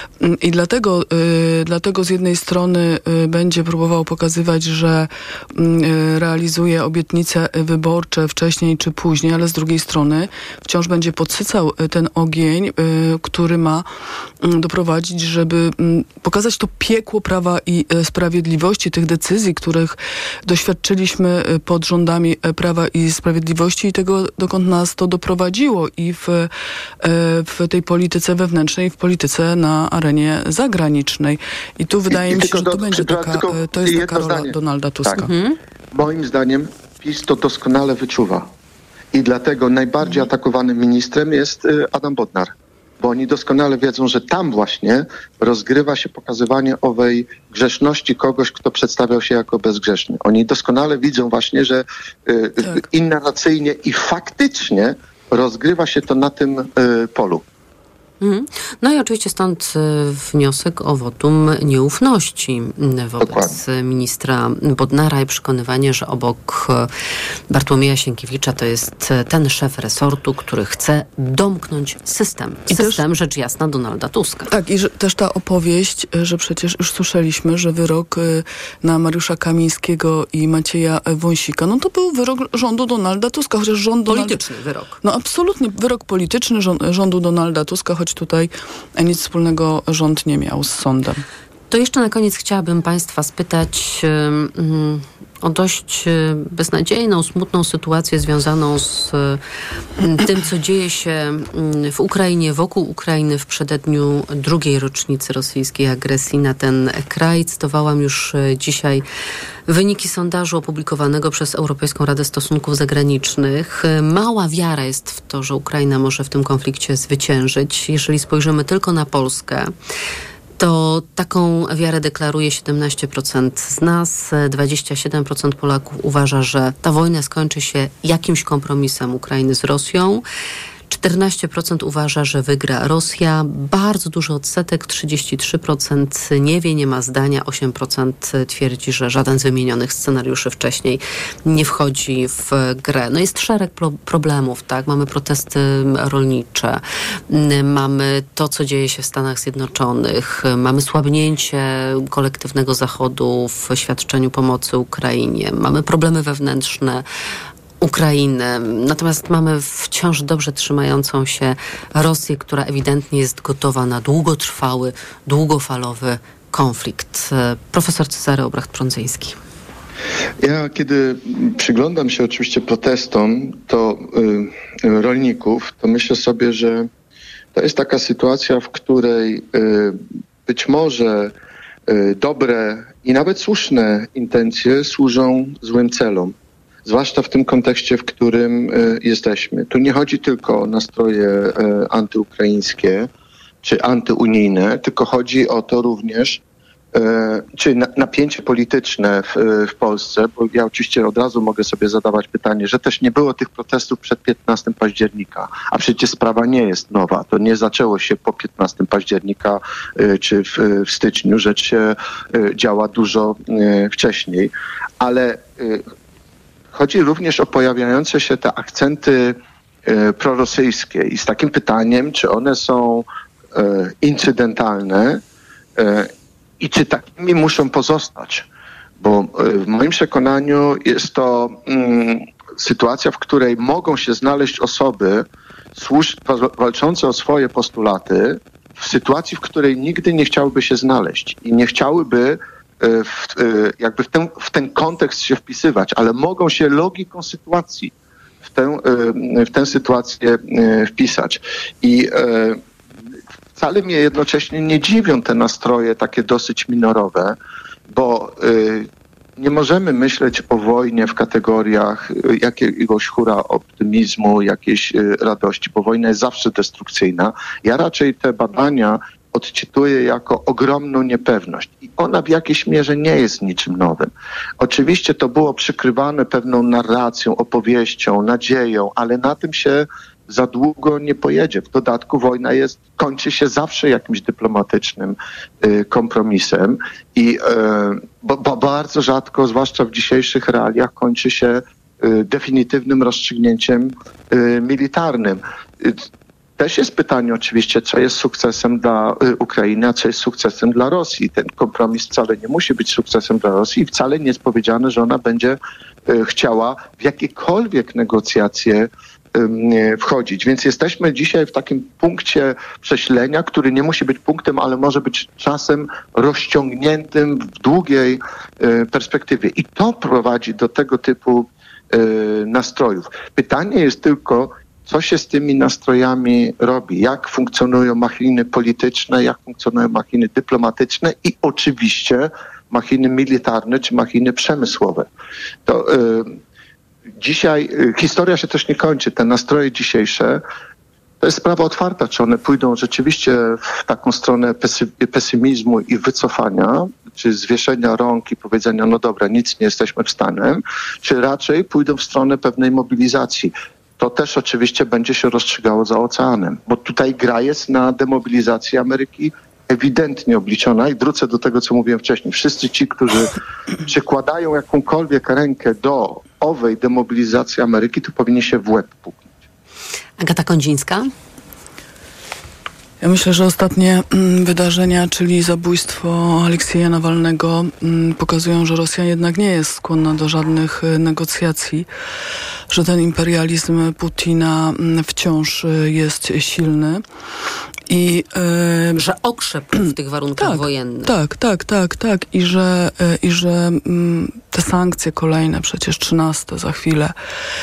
S3: dlatego z jednej strony będzie próbował pokazywać, że realizuje obietnice wyborcze wcześniej czy później, ale z drugiej strony wciąż będzie podsycał ten ogień, który ma doprowadzić, żeby pokazać to piekło Prawa i Sprawiedliwości, tych decyzji, których doświadczyliśmy pod rządami Prawa i Sprawiedliwości i tego, dokąd nas to doprowadziło i w tej polityce wewnętrznej, w polityce na arenie zagranicznej. I tu wydaje mi się, że to będzie taka rola Donalda Tuska.
S5: Tak. Moim zdaniem PiS to doskonale wyczuwa. I dlatego najbardziej atakowanym ministrem jest Adam Bodnar. Bo oni doskonale wiedzą, że tam właśnie rozgrywa się pokazywanie owej grzeszności kogoś, kto przedstawiał się jako bezgrzeszny. Oni doskonale widzą właśnie, że i narracyjnie, i faktycznie rozgrywa się to na tym polu.
S10: No i oczywiście stąd wniosek o wotum nieufności wobec ministra Bodnara i przekonywanie, że obok Bartłomieja Sienkiewicza to jest ten szef resortu, który chce domknąć system. System, rzecz jasna, Donalda Tuska.
S3: Tak, i że też ta opowieść, że przecież już słyszeliśmy, że wyrok na Mariusza Kamińskiego i Macieja Wąsika, no to był wyrok rządu Donalda Tuska, chociaż rząd
S10: polityczny wyrok.
S3: No absolutnie, wyrok polityczny rządu Donalda Tuska, choć tutaj nic wspólnego rząd nie miał z sądem.
S10: To jeszcze na koniec chciałabym Państwa spytać o dość beznadziejną, smutną sytuację związaną z tym, co dzieje się w Ukrainie, wokół Ukrainy w przededniu drugiej rocznicy rosyjskiej agresji na ten kraj. Cytowałam już dzisiaj wyniki sondażu opublikowanego przez Europejską Radę Stosunków Zagranicznych. Mała wiara jest w to, że Ukraina może w tym konflikcie zwyciężyć. Jeżeli spojrzymy tylko na Polskę, to taką wiarę deklaruje 17% z nas, 27% Polaków uważa, że ta wojna skończy się jakimś kompromisem Ukrainy z Rosją. 14% uważa, że wygra Rosja. Bardzo duży odsetek, 33% nie wie, nie ma zdania. 8% twierdzi, że żaden z wymienionych scenariuszy wcześniej nie wchodzi w grę. No jest szereg problemów, tak? Mamy protesty rolnicze, mamy to, co dzieje się w Stanach Zjednoczonych, mamy słabnięcie kolektywnego Zachodu w świadczeniu pomocy Ukrainie, mamy problemy wewnętrzne Ukrainy. Natomiast mamy wciąż dobrze trzymającą się Rosję, która ewidentnie jest gotowa na długotrwały, długofalowy konflikt. Profesor Cezary Obrecht-Prądzyński.
S5: Ja, kiedy przyglądam się oczywiście protestom rolników, to myślę sobie, że to jest taka sytuacja, w której być może dobre i nawet słuszne intencje służą złym celom. Zwłaszcza w tym kontekście, w którym jesteśmy. Tu nie chodzi tylko o nastroje antyukraińskie czy antyunijne, tylko chodzi o to również, czy napięcie polityczne w Polsce, bo ja oczywiście od razu mogę sobie zadawać pytanie, że też nie było tych protestów przed 15 października, a przecież sprawa nie jest nowa. To nie zaczęło się po 15 października czy w styczniu, rzecz się działa dużo wcześniej, ale chodzi również o pojawiające się te akcenty prorosyjskie i z takim pytaniem, czy one są incydentalne i czy takimi muszą pozostać. Bo w moim przekonaniu jest to sytuacja, w której mogą się znaleźć osoby walczące o swoje postulaty w sytuacji, w której nigdy nie chciałyby się znaleźć i nie chciałyby w ten kontekst się wpisywać, ale mogą się logiką sytuacji w tę sytuację wpisać. I wcale mnie jednocześnie nie dziwią te nastroje takie dosyć minorowe, bo nie możemy myśleć o wojnie w kategoriach jakiegoś hura optymizmu, jakiejś radości, bo wojna jest zawsze destrukcyjna. Ja raczej te badania odczytuję jako ogromną niepewność. I ona w jakiejś mierze nie jest niczym nowym. Oczywiście to było przykrywane pewną narracją, opowieścią, nadzieją, ale na tym się za długo nie pojedzie. W dodatku wojna kończy się zawsze jakimś dyplomatycznym kompromisem i bo bardzo rzadko, zwłaszcza w dzisiejszych realiach, kończy się definitywnym rozstrzygnięciem militarnym. Też jest pytanie oczywiście, co jest sukcesem dla Ukrainy, a co jest sukcesem dla Rosji. Ten kompromis wcale nie musi być sukcesem dla Rosji i wcale nie jest powiedziane, że ona będzie chciała w jakiekolwiek negocjacje wchodzić. Więc jesteśmy dzisiaj w takim punkcie prześlenia, który nie musi być punktem, ale może być czasem rozciągniętym w długiej perspektywie. I to prowadzi do tego typu nastrojów. Pytanie jest tylko, co się z tymi nastrojami robi, jak funkcjonują machiny polityczne, jak funkcjonują machiny dyplomatyczne i oczywiście machiny militarne czy machiny przemysłowe. To dzisiaj historia się też nie kończy. Te nastroje dzisiejsze to jest sprawa otwarta, czy one pójdą rzeczywiście w taką stronę pesymizmu i wycofania, czy zwieszenia rąk i powiedzenia, no dobra, nic nie jesteśmy w stanie, czy raczej pójdą w stronę pewnej mobilizacji. To też oczywiście będzie się rozstrzygało za oceanem, bo tutaj gra jest na demobilizacji Ameryki ewidentnie obliczona i wrócę do tego, co mówiłem wcześniej. Wszyscy ci, którzy przykładają jakąkolwiek rękę do owej demobilizacji Ameryki, to powinni się w łeb puknąć.
S10: Agata Kondzińska.
S3: Ja myślę, że ostatnie wydarzenia, czyli zabójstwo Aleksieja Nawalnego, pokazują, że Rosja jednak nie jest skłonna do żadnych negocjacji, że ten imperializm Putina wciąż jest silny. I
S10: że okrzep w tych warunkach wojennych.
S3: Tak. I że te sankcje kolejne, przecież 13 za chwilę,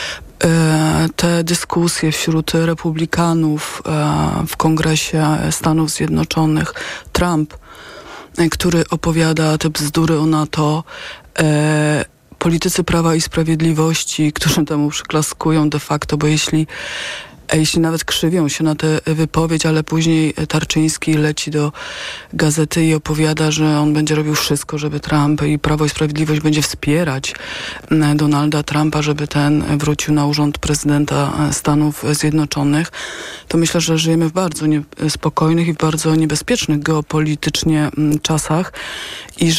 S3: te dyskusje wśród republikanów w Kongresie Stanów Zjednoczonych, Trump, który opowiada te bzdury o NATO, politycy Prawa i Sprawiedliwości, którzy temu przyklaskują de facto, bo jeśli nawet krzywią się na tę wypowiedź, ale później Tarczyński leci do gazety i opowiada, że on będzie robił wszystko, żeby Trump i Prawo i Sprawiedliwość będzie wspierać Donalda Trumpa, żeby ten wrócił na urząd prezydenta Stanów Zjednoczonych, to myślę, że żyjemy w bardzo niespokojnych i w bardzo niebezpiecznych geopolitycznie czasach i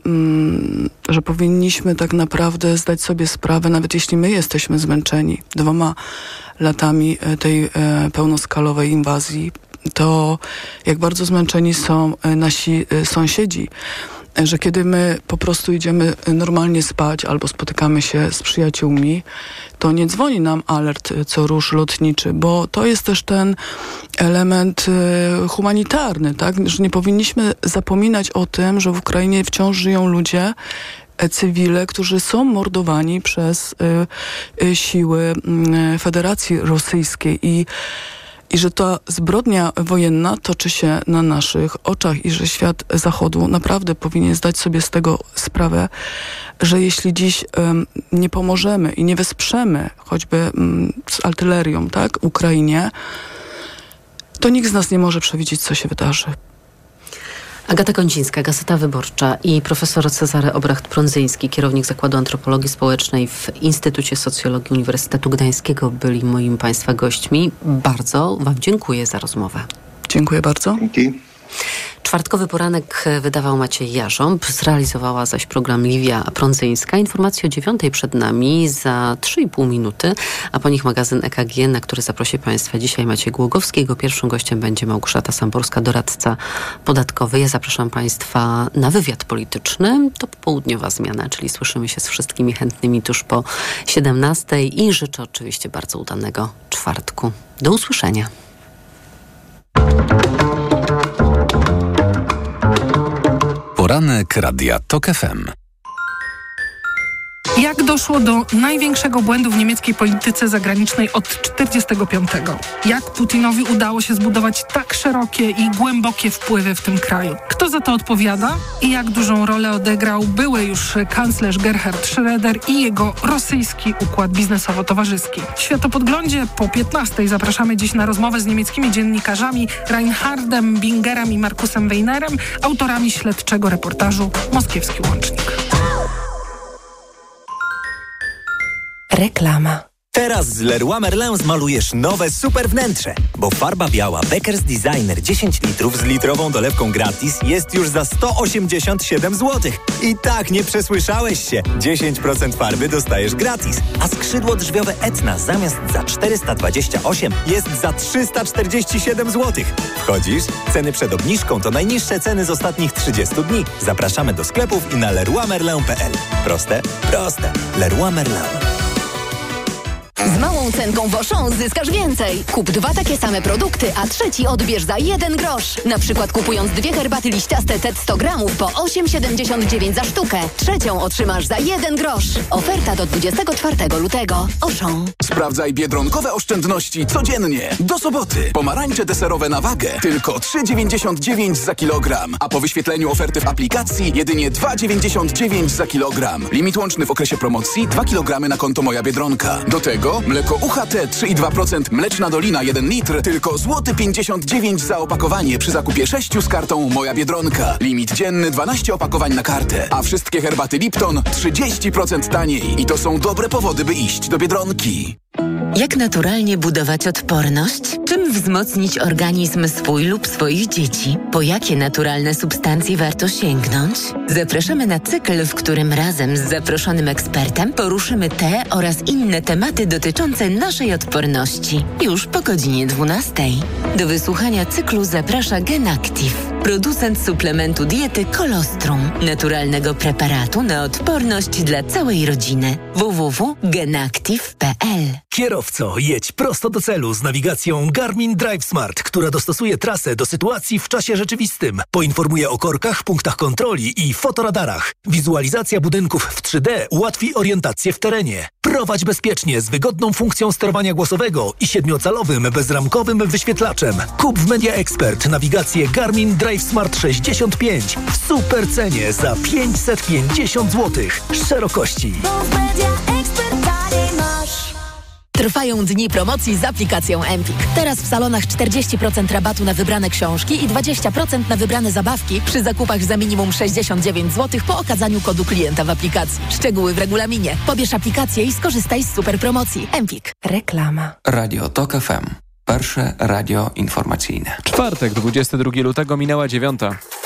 S3: że powinniśmy tak naprawdę zdać sobie sprawę, nawet jeśli my jesteśmy zmęczeni 2 latami tej pełnoskalowej inwazji, to jak bardzo zmęczeni są nasi sąsiedzi, że kiedy my po prostu idziemy normalnie spać albo spotykamy się z przyjaciółmi, to nie dzwoni nam alert co rusz lotniczy, bo to jest też ten element humanitarny, tak? Że nie powinniśmy zapominać o tym, że w Ukrainie wciąż żyją ludzie, cywile, którzy są mordowani przez siły Federacji Rosyjskiej i że ta zbrodnia wojenna toczy się na naszych oczach i że świat Zachodu naprawdę powinien zdać sobie z tego sprawę, że jeśli dziś nie pomożemy i nie wesprzemy choćby z artylerią, tak, Ukrainie, to nikt z nas nie może przewidzieć, co się wydarzy.
S10: Agata Kondzińska, Gazeta Wyborcza i profesor Cezary Obracht-Prądzyński, kierownik Zakładu Antropologii Społecznej w Instytucie Socjologii Uniwersytetu Gdańskiego, byli moimi Państwa gośćmi. Bardzo Wam dziękuję za rozmowę.
S3: Dziękuję bardzo.
S5: Dzięki.
S10: Czwartkowy poranek wydawał Maciej Jarząb, zrealizowała zaś program Liwia Prądzyńska. Informacje o 9:00 przed nami za 3,5 minuty, a po nich magazyn EKG, na który zaprosi Państwa dzisiaj Maciej Głogowski. Jego pierwszym gościem będzie Małgorzata Samborska, doradca podatkowy. Ja zapraszam Państwa na wywiad polityczny. To popołudniowa zmiana, czyli słyszymy się z wszystkimi chętnymi tuż po 17:00 i życzę oczywiście bardzo udanego czwartku. Do usłyszenia.
S9: Poranek Radia TOK FM.
S4: Jak doszło do największego błędu w niemieckiej polityce zagranicznej od 1945? Jak Putinowi udało się zbudować tak szerokie i głębokie wpływy w tym kraju? Kto za to odpowiada? I jak dużą rolę odegrał były już kanclerz Gerhard Schröder i jego rosyjski układ biznesowo-towarzyski? W Światopodglądzie po 15 zapraszamy dziś na rozmowę z niemieckimi dziennikarzami Reinhardem Bingerem i Markusem Weinerem, autorami śledczego reportażu Moskiewski Łącznik.
S14: Reklama.
S11: Teraz z Leroy Merlin zmalujesz nowe super wnętrze, bo farba biała Beckers Designer 10 litrów z litrową dolewką gratis jest już za 187 zł. I tak nie przesłyszałeś się. 10% farby dostajesz gratis, a skrzydło drzwiowe Etna zamiast za 428 jest za 347 zł. Wchodzisz? Ceny przed obniżką to najniższe ceny z ostatnich 30 dni. Zapraszamy do sklepów i na leroymerlin.pl. Proste? Proste. Leroy Merlin.
S12: Z małą cenką w Auchan zyskasz więcej. Kup 2 takie same produkty, a trzeci odbierz za 1 grosz. Na przykład kupując 2 herbaty liściaste TET 100 gramów po 8,79 za sztukę. Trzecią otrzymasz za 1 grosz. Oferta do 24 lutego. Auchan.
S13: Sprawdzaj biedronkowe oszczędności codziennie. Do soboty. Pomarańcze deserowe na wagę. Tylko 3,99 za kilogram. A po wyświetleniu oferty w aplikacji jedynie 2,99 za kilogram. Limit łączny w okresie promocji 2 kg na konto Moja Biedronka. Do tego mleko UHT 3,2%, mleczna dolina 1 litr, tylko złoty 59 za opakowanie przy zakupie 6 z kartą Moja Biedronka. Limit dzienny 12 opakowań na kartę, a wszystkie herbaty Lipton 30% taniej. I to są dobre powody, by iść do Biedronki.
S15: Jak naturalnie budować odporność? Czym wzmocnić organizm swój lub swoich dzieci? Po jakie naturalne substancje warto sięgnąć? Zapraszamy na cykl, w którym razem z zaproszonym ekspertem poruszymy te oraz inne tematy dotyczące naszej odporności. Już po godzinie 12. Do wysłuchania cyklu zaprasza GenActive, producent suplementu diety Colostrum, naturalnego preparatu na odporność dla całej rodziny. www.genactive.pl.
S17: Kierowco, jedź prosto do celu z nawigacją Garmin Drive Smart, która dostosuje trasę do sytuacji w czasie rzeczywistym. Poinformuje o korkach, punktach kontroli i fotoradarach. Wizualizacja budynków w 3D ułatwi orientację w terenie. Prowadź bezpiecznie z wygodną funkcją sterowania głosowego i 7-calowym bezramkowym wyświetlaczem. Kup w Media Expert nawigację Garmin Drive Smart 65 w super cenie za 550 zł. Szerokości.
S12: Trwają dni promocji z aplikacją Empik. Teraz w salonach 40% rabatu na wybrane książki i 20% na wybrane zabawki przy zakupach za minimum 69 zł po okazaniu kodu klienta w aplikacji. Szczegóły w regulaminie. Pobierz aplikację i skorzystaj z super promocji. Empik.
S14: Reklama.
S16: Radio Tok FM. Pierwsze radio informacyjne.
S1: Czwartek, 22 lutego, minęła 9.